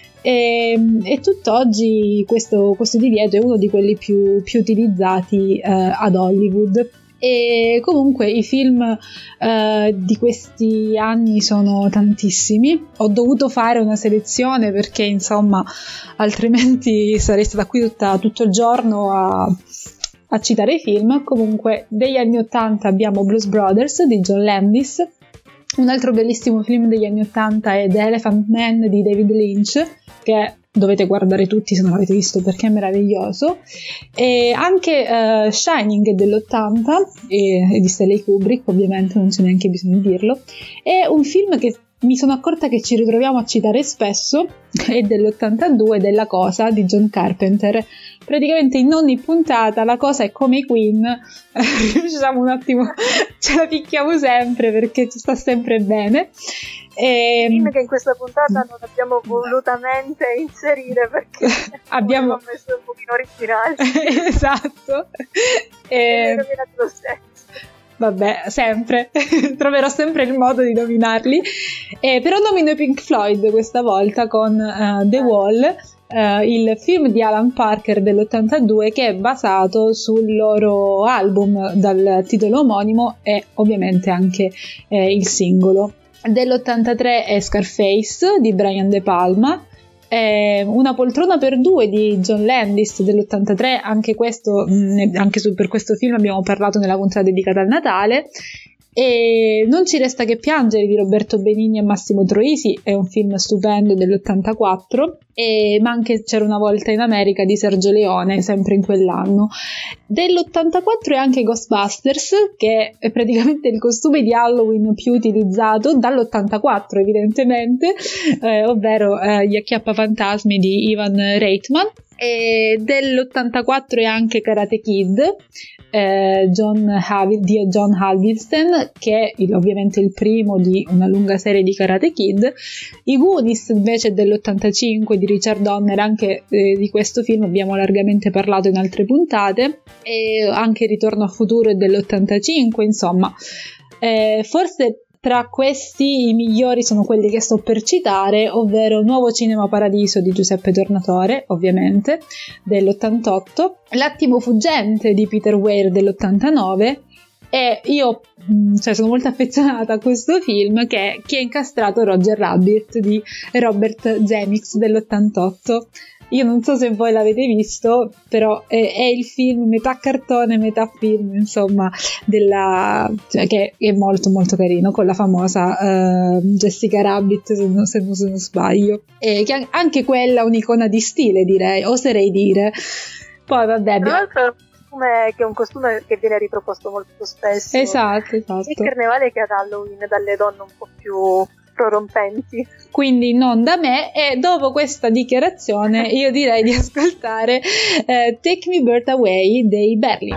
Speaker 2: E, e tutt'oggi questo, questo divieto è uno di quelli più, più utilizzati eh, ad Hollywood. E comunque i film eh, di questi anni sono tantissimi. Ho dovuto fare una selezione perché insomma altrimenti sarei stata qui tutta, tutto il giorno a, a citare i film. Comunque degli anni ottanta abbiamo Blues Brothers di John Landis. Un altro bellissimo film degli anni ottanta è The Elephant Man di David Lynch, che dovete guardare tutti se non l'avete visto perché è meraviglioso. E anche uh, Shining è dell'ottanta, e, e di Stanley Kubrick, ovviamente non c'è neanche bisogno di dirlo. È un film che mi sono accorta che ci ritroviamo a citare spesso, è dell'ottantadue, della Cosa di John Carpenter. Praticamente in ogni puntata La Cosa è come i Queen, riusciamo un attimo, ce la picchiamo sempre perché ci sta sempre bene. E
Speaker 4: film che in questa puntata non abbiamo volutamente inserire perché abbiamo messo un pochino originali.
Speaker 2: Esatto. E
Speaker 4: lo stesso.
Speaker 2: Vabbè, sempre troverò sempre il modo di nominarli, eh, però nomino i Pink Floyd questa volta con uh, The Wall, uh, il film di Alan Parker dell'ottantadue, che è basato sul loro album dal titolo omonimo e ovviamente anche eh, il singolo. Dell'ottantatré è Scarface di Brian De Palma. Una poltrona per due di John Landis dell'ottantatré, anche questo, anche su, per questo film abbiamo parlato nella puntata dedicata al Natale. E Non ci resta che piangere di Roberto Benigni e Massimo Troisi è un film stupendo dell'ottantaquattro, e, ma anche C'era una volta in America di Sergio Leone, sempre in quell'anno. Dell'ottantaquattro è anche Ghostbusters, che è praticamente il costume di Halloween più utilizzato dall'ottantaquattro evidentemente, eh, ovvero eh, gli acchiappafantasmi di Ivan Reitman. E dell'ottantaquattro è anche Karate Kid, eh, John Havi- di John Halvisten, che è il, ovviamente il primo di una lunga serie di Karate Kid. I Goonies invece è dell'ottantacinque di Richard Donner, anche eh, di questo film abbiamo largamente parlato in altre puntate, e anche Ritorno a futuro è dell'ottantacinque, insomma. Eh, forse tra questi i migliori sono quelli che sto per citare, ovvero Nuovo Cinema Paradiso di Giuseppe Tornatore, ovviamente, dell'ottantotto, L'attimo fuggente di Peter Weir dell'ottantanove, e io cioè, sono molto affezionata a questo film, che è Chi ha incastrato Roger Rabbit di Robert Zemeckis dell'ottantotto. Io non so se voi l'avete visto, però è, è il film metà cartone, metà film, insomma, della, cioè, che è molto molto carino, con la famosa uh, Jessica Rabbit, se non, se non, se non sbaglio. E che anche quella è un'icona di stile, direi, oserei dire. Poi vabbè...
Speaker 4: Tra l'altro che è un costume che viene riproposto molto spesso.
Speaker 2: Esatto, esatto.
Speaker 4: Sia a Carnevale che ad Halloween, dalle donne un po' più prorompenti.
Speaker 2: Quindi non da me. E dopo questa dichiarazione io direi di ascoltare eh, Take Me Bird Away dei Berlin.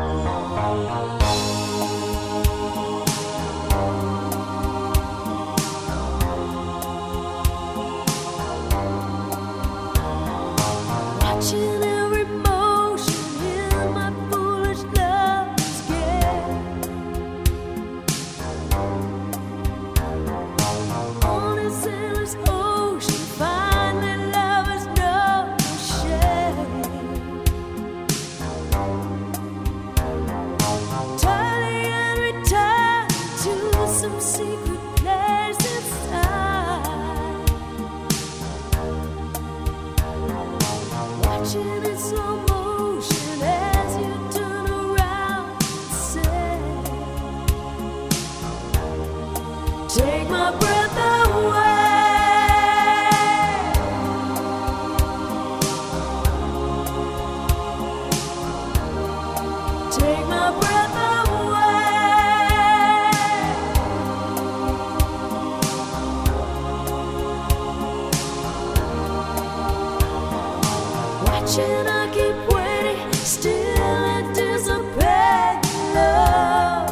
Speaker 5: Watching, I keep waiting, still anticipating love.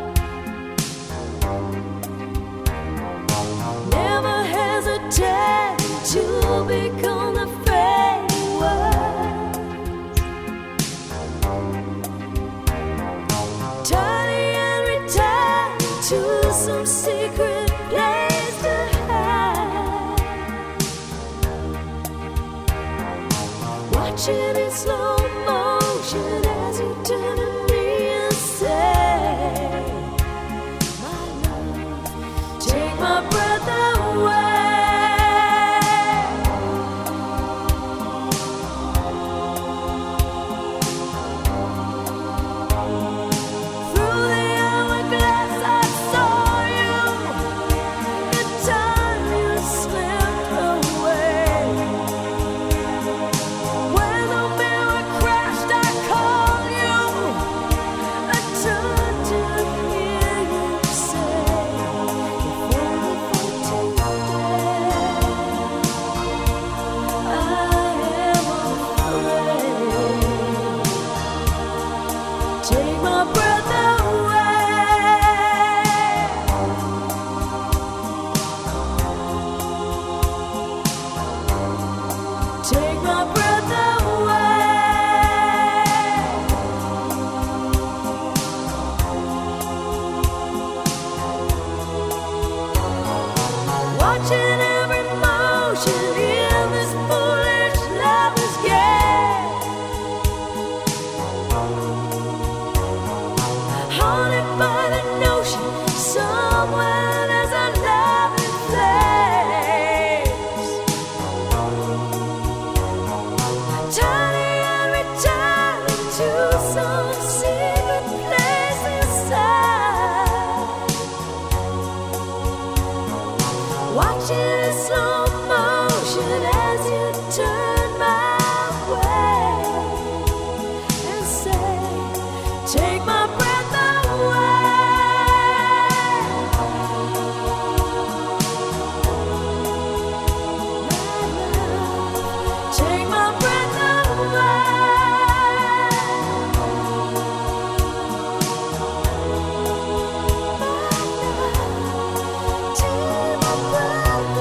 Speaker 5: Never hesitate to become the fading words. Turning and returning to some secret place to hide. Watching in slow motion as you turn to me and say, my love, take my breath away. Through the hourglass I saw you, in time you slipped away. When the mirror crashed I called you, I turned to hear you say, if only for today, I am afraid. Take my breath away. Take my breath away. Watching every motion in this foolish lover's game. Haunted by the notion someone has a loving place. Turning and returning to some secret place inside. Watching in slow motion as you turn my way and say, take my breath away. Take my breath away. Take my breath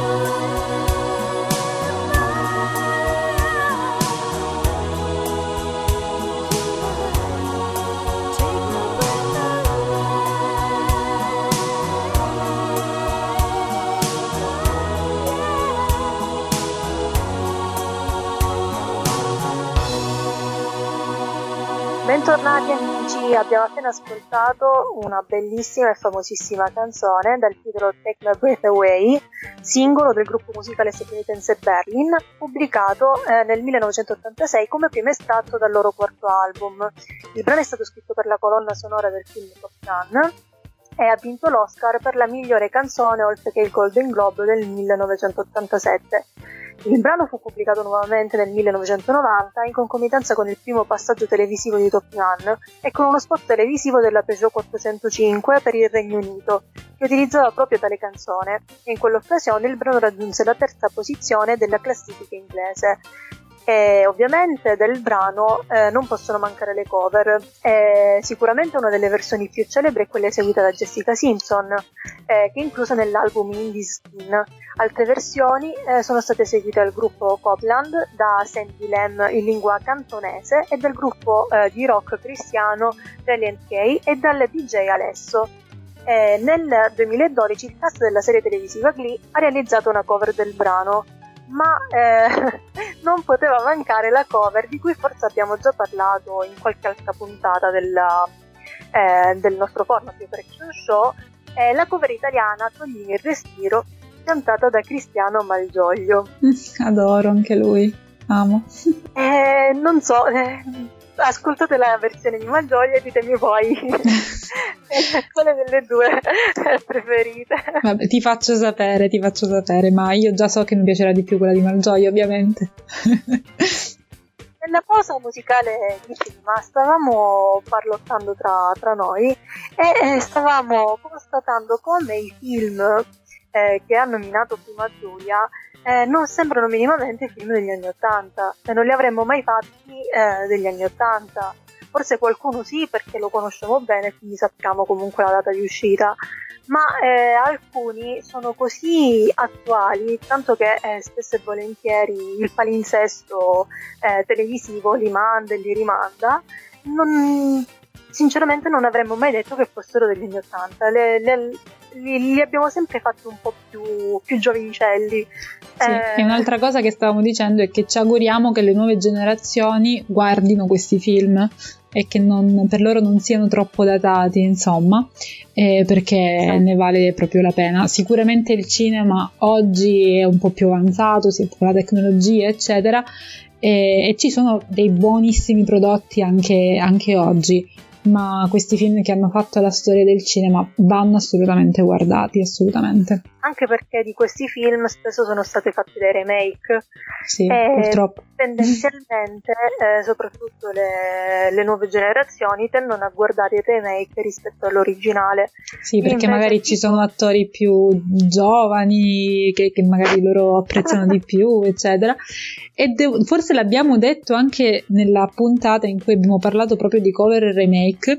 Speaker 4: Bentornati amici, abbiamo appena ascoltato una bellissima e famosissima canzone dal titolo Take My Breath Away, singolo del gruppo musicale statunitense Berlin, pubblicato eh, nel millenovecentottantasei come primo estratto dal loro quarto album. Il brano è stato scritto per la colonna sonora del film Top Gun e ha vinto l'Oscar per la migliore canzone oltre che il Golden Globe del millenovecentottantasette. Il brano fu pubblicato nuovamente nel millenovecentonovanta in concomitanza con il primo passaggio televisivo di Top Gun e con uno spot televisivo della Peugeot quattrocentocinque per il Regno Unito, che utilizzava proprio tale canzone, e in quell'occasione il brano raggiunse la terza posizione della classifica inglese. E ovviamente del brano eh, non possono mancare le cover. E sicuramente una delle versioni più celebri è quella eseguita da Jessica Simpson, eh, che è inclusa nell'album In This Skin. Altre versioni eh, sono state eseguite dal gruppo Copland, da Sandy Lam in lingua cantonese e dal gruppo eh, di rock cristiano Valiant K e dal D J Alesso. Eh, nel duemiladodici il cast della serie televisiva Glee ha realizzato una cover del brano, ma eh, non poteva mancare la cover di cui forse abbiamo già parlato in qualche altra puntata della, eh, del nostro format Operation Show, è la cover italiana Toglimi il respiro, cantata da Cristiano Malgioglio.
Speaker 2: Adoro anche lui, amo.
Speaker 4: Eh, non so, eh, ascoltate la versione di Malgioglio e ditemi voi quale delle due preferite.
Speaker 2: Vabbè, ti faccio sapere, ti faccio sapere, ma io già so che mi piacerà di più quella di Malgioglio, ovviamente.
Speaker 4: Nella pausa musicale di prima stavamo parlottando tra, tra noi e eh, stavamo constatando come i film eh, che ha nominato prima Giulia eh, non sembrano minimamente film degli anni Ottanta, e non li avremmo mai fatti eh, degli anni Ottanta. Forse qualcuno sì, perché lo conosciamo bene, quindi sappiamo comunque la data di uscita, ma eh, alcuni sono così attuali, tanto che eh, spesso e volentieri il palinsesto eh, televisivo li manda e li rimanda. Non, sinceramente non avremmo mai detto che fossero degli anni Ottanta. Le, le, li, li abbiamo sempre fatti un po' più, più giovincelli.
Speaker 2: Sì,
Speaker 4: eh,
Speaker 2: e un'altra cosa che stavamo dicendo è che ci auguriamo che le nuove generazioni guardino questi film e che non, per loro non siano troppo datati, insomma, eh, perché ne vale proprio la pena. Sicuramente il cinema oggi è un po' più avanzato, sia con la tecnologia eccetera, e, e ci sono dei buonissimi prodotti anche, anche oggi, ma questi film che hanno fatto la storia del cinema vanno assolutamente guardati, assolutamente.
Speaker 4: Anche perché di questi film spesso sono state fatte dei remake.
Speaker 2: Sì,
Speaker 4: e
Speaker 2: purtroppo.
Speaker 4: Tendenzialmente, eh, soprattutto le, le nuove generazioni tendono a guardare il remake rispetto all'originale.
Speaker 2: Sì, perché
Speaker 4: Invece
Speaker 2: magari
Speaker 4: tipo...
Speaker 2: ci sono attori più giovani che, che magari loro apprezzano di più, eccetera. E devo, forse l'abbiamo detto anche nella puntata in cui abbiamo parlato proprio di cover e remake,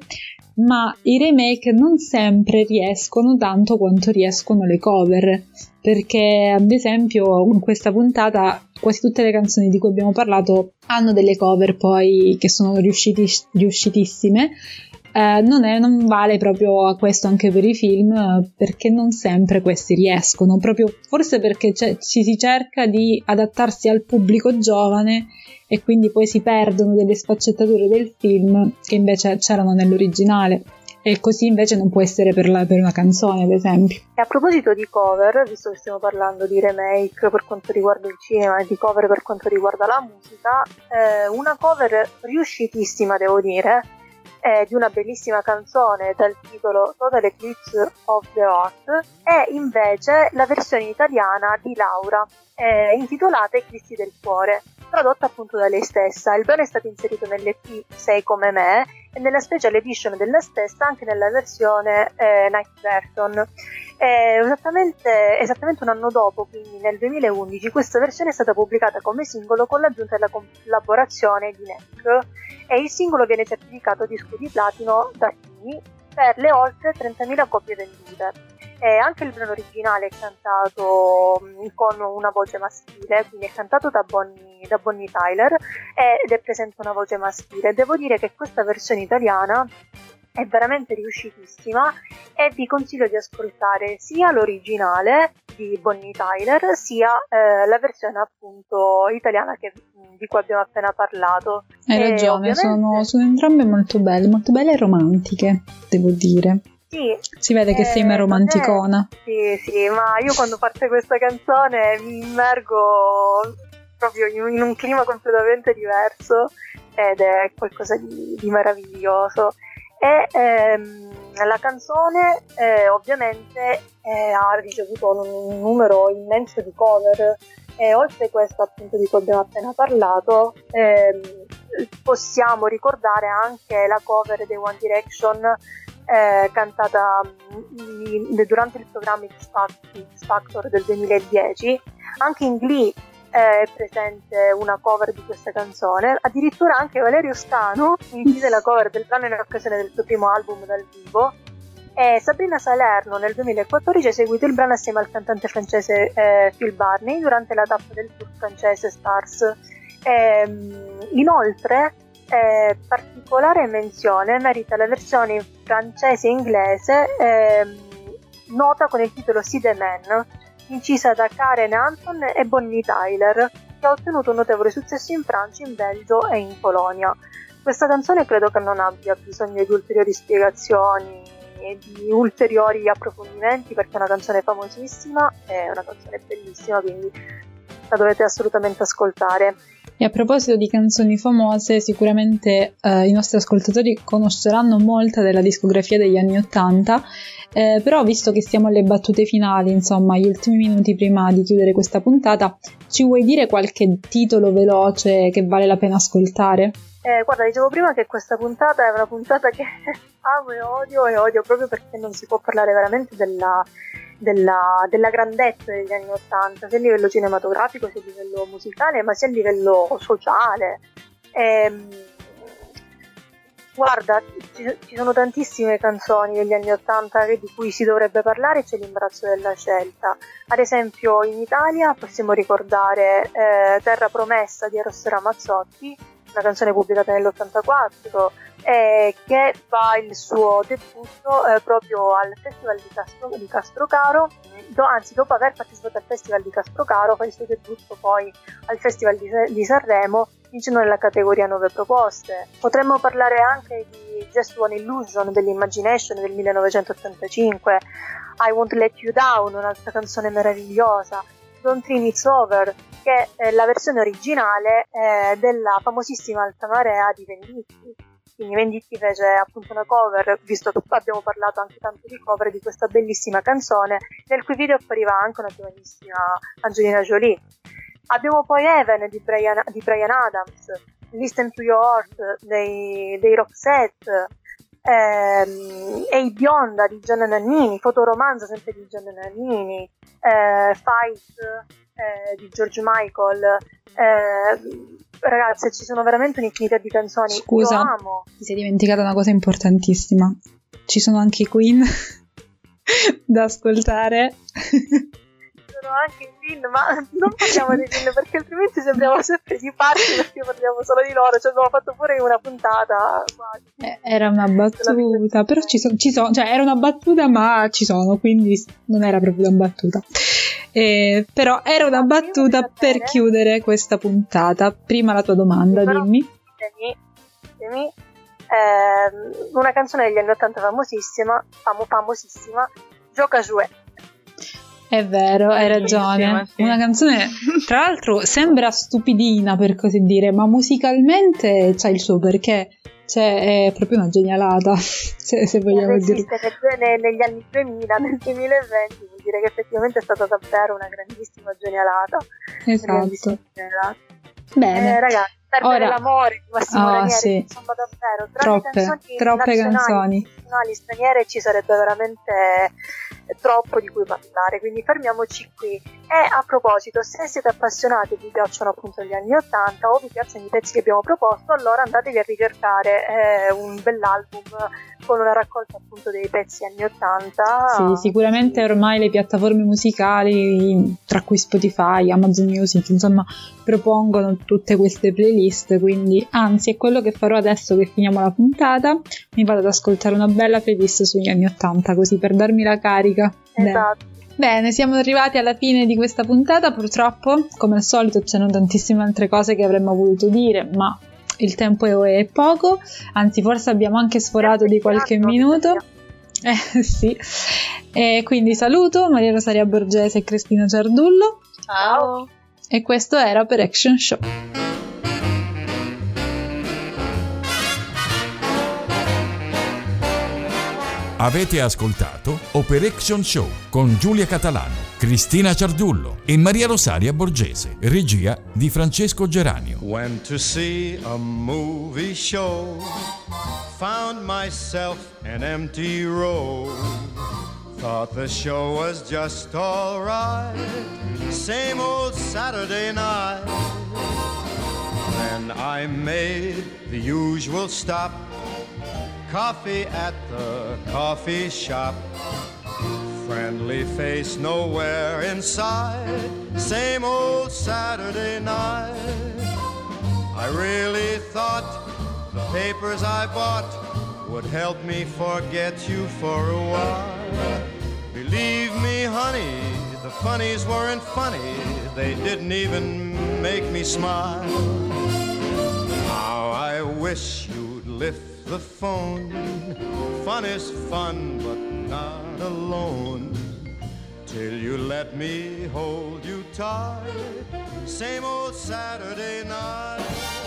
Speaker 2: ma i remake non sempre riescono tanto quanto riescono le cover, perché ad esempio in questa puntata quasi tutte le canzoni di cui abbiamo parlato hanno delle cover poi che sono riusciti, riuscitissime. Eh, non, è, non vale proprio a questo anche per i film, perché non sempre questi riescono, proprio forse perché ci si cerca di adattarsi al pubblico giovane e quindi poi si perdono delle sfaccettature del film che invece c'erano nell'originale, e così invece non può essere per, la, per una canzone, ad esempio.
Speaker 4: E a proposito di cover, visto che stiamo parlando di remake per quanto riguarda il cinema e di cover per quanto riguarda la musica, eh, una cover riuscitissima, devo dire, è di una bellissima canzone dal titolo Total Eclipse of the Heart, è invece la versione italiana di Laura, eh, intitolata Eclissi del cuore, tradotta appunto da lei stessa. Il brano è stato inserito nell'E P Sei come me e nella special edition della stessa anche nella versione eh, Night Version. Eh, esattamente, esattamente un anno dopo, quindi nel duemilaundici, questa versione è stata pubblicata come singolo con l'aggiunta della collaborazione di Neck, e il singolo viene certificato disco di platino da Sony per le oltre trentamila copie vendute. E anche il brano originale è cantato con una voce maschile, quindi è cantato da Bonnie, da Bonnie Tyler, ed è presente una voce maschile. Devo dire che questa versione italiana è veramente riuscitissima e vi consiglio di ascoltare sia l'originale di Bonnie Tyler sia eh, la versione appunto italiana che, di cui abbiamo appena parlato.
Speaker 2: Hai
Speaker 4: e
Speaker 2: ragione,
Speaker 4: ovviamente...
Speaker 2: sono, sono entrambe molto belle, molto belle e romantiche, devo dire.
Speaker 4: Sì,
Speaker 2: si vede che
Speaker 4: eh,
Speaker 2: sei una romanticona.
Speaker 4: Sì, sì, ma io quando parte questa canzone mi immergo proprio in, in un clima completamente diverso ed è qualcosa di, di meraviglioso. E ehm, la canzone eh, ovviamente eh, ha ricevuto un, un numero immenso di cover, e oltre a questa appunto di cui abbiamo appena parlato ehm, possiamo ricordare anche la cover dei One Direction eh, cantata mh, durante il programma X Factor del duemiladieci. Anche in Glee è presente una cover di questa canzone, addirittura anche Valerio Scanu incise la cover del brano in occasione del suo primo album dal vivo, e Sabrina Salerno nel duemilaquattordici ha seguito il brano assieme al cantante francese eh, Phil Barney durante la tappa del tour francese Stars. E, inoltre eh, particolare menzione merita la versione francese e inglese eh, nota con il titolo See the Man, incisa da Karen Anton e Bonnie Tyler, che ha ottenuto un notevole successo in Francia, in Belgio e in Polonia. Questa canzone credo che non abbia bisogno di ulteriori spiegazioni e di ulteriori approfondimenti, perché è una canzone famosissima, è una canzone bellissima, quindi la dovete assolutamente ascoltare.
Speaker 2: E a proposito di canzoni famose, sicuramente eh, i nostri ascoltatori conosceranno molta della discografia degli anni Ottanta, eh, però visto che siamo alle battute finali, insomma, gli ultimi minuti prima di chiudere questa puntata, ci vuoi dire qualche titolo veloce che vale la pena ascoltare?
Speaker 4: Eh, guarda, dicevo prima che questa puntata è una puntata che amo e odio, e odio proprio perché non si può parlare veramente della, della, della grandezza degli anni Ottanta, sia a livello cinematografico, sia a livello musicale, ma sia a livello sociale. E, guarda, ci, ci sono tantissime canzoni degli anni Ottanta di cui si dovrebbe parlare, c'è l'imbarazzo della scelta. Ad esempio in Italia possiamo ricordare eh, Terra Promessa di Eros Ramazzotti, una canzone pubblicata nell'ottantaquattro, eh, che fa il suo debutto eh, proprio al Festival di, Castro, di Castrocaro, do, anzi dopo aver partecipato al Festival di Castrocaro fa il suo debutto poi al Festival di, di Sanremo, vincendo nella categoria nove proposte. Potremmo parlare anche di Just One Illusion dell'Imagination del millenovecentottantacinque, I Won't Let You Down, un'altra canzone meravigliosa, Don't Dream It's Over, che è la versione originale eh, della famosissima Alta Marea di Venditti. Quindi Venditti fece appunto una cover, visto che abbiamo parlato anche tanto di cover di questa bellissima canzone, nel cui video appariva anche una giovanissima Angelina Jolie. Abbiamo poi Heaven di Brian, di Brian Adams, Listen to Your Heart dei, dei Roxette, ehm, Ehi Bionda di Gianna Nannini, Fotoromanzo sempre di Gianna Nannini, eh, Fight eh, di George Michael. Eh, ragazze, ci sono veramente un'infinità di canzoni.
Speaker 2: Scusa,
Speaker 4: io amo.
Speaker 2: ti sei dimenticata una cosa importantissima. Ci sono anche i Queen da ascoltare.
Speaker 4: Sono anche i film, ma non parliamo dei film perché altrimenti sembriamo sempre di parte, perché parliamo solo di loro. Cioè abbiamo fatto pure una puntata quasi.
Speaker 2: Eh, era una battuta, però ci sono, ci sono, cioè era una battuta ma ci sono, quindi non era proprio una battuta. Eh, però era una battuta per chiudere questa puntata. Prima la tua domanda,
Speaker 4: però,
Speaker 2: dimmi.
Speaker 4: Dimmi, dimmi. Eh, una canzone degli anni ottanta famosissima, famo, famosissima, Gioca Jouet.
Speaker 2: È vero, hai ragione.
Speaker 3: Sì.
Speaker 2: Una canzone, tra l'altro, sembra stupidina per così dire, ma musicalmente c'ha il suo perché. Cioè, è proprio una genialata, se, se vogliamo dire.
Speaker 4: Nel, negli anni duemila, nel duemilaventi, vuol dire che effettivamente è stata davvero una grandissima genialata.
Speaker 2: Esatto.
Speaker 4: Grandissima genialata.
Speaker 2: Bene.
Speaker 4: Eh, ragazzi, Perdere
Speaker 2: Ora,
Speaker 4: l'amore di Massimo
Speaker 2: oh,
Speaker 4: Ranieri,
Speaker 2: sì.
Speaker 4: insomma davvero, tra
Speaker 2: troppe,
Speaker 4: le canzoni
Speaker 2: troppe
Speaker 4: nazionali,
Speaker 2: canzoni.
Speaker 4: nazionali, straniere ci sarebbe veramente troppo di cui parlare, quindi fermiamoci qui. E a proposito, se siete appassionati e vi piacciono appunto gli anni ottanta o vi piacciono i pezzi che abbiamo proposto, allora andatevi a ricercare eh, un bell'album con una raccolta appunto dei pezzi anni ottanta.
Speaker 2: Sì, sicuramente ormai le piattaforme musicali, tra cui Spotify, Amazon Music, insomma, propongono tutte queste playlist, quindi anzi è quello che farò adesso che finiamo la puntata, mi vado ad ascoltare una bella playlist sugli anni ottanta, così per darmi la carica.
Speaker 4: Esatto.
Speaker 2: Bene, siamo arrivati alla fine di questa puntata, purtroppo, come al solito, c'erano tantissime altre cose che avremmo voluto dire, ma il tempo è poco, anzi forse abbiamo anche sforato di qualche minuto. Eh sì. E quindi saluto Maria Rosaria Borgese e Cristina Ciardullo.
Speaker 3: Ciao.
Speaker 2: E questo era Per Action Show.
Speaker 1: Avete ascoltato Operation Show con Giulia Catalano, Cristina Ciardullo e Maria Rosaria Borgese, regia di Francesco Geranio.
Speaker 6: Went to see a movie show, found myself an empty row, thought the show was just alright, same old Saturday night. Then I made the usual stop, coffee at the coffee shop, friendly face nowhere inside, same old Saturday night. I really thought the papers I bought would help me forget you for a while. Believe me, honey, the funnies weren't funny, they didn't even make me smile. Now I wish you'd lift the phone. Fun is fun, but not alone, till you let me hold you tight, same old Saturday night.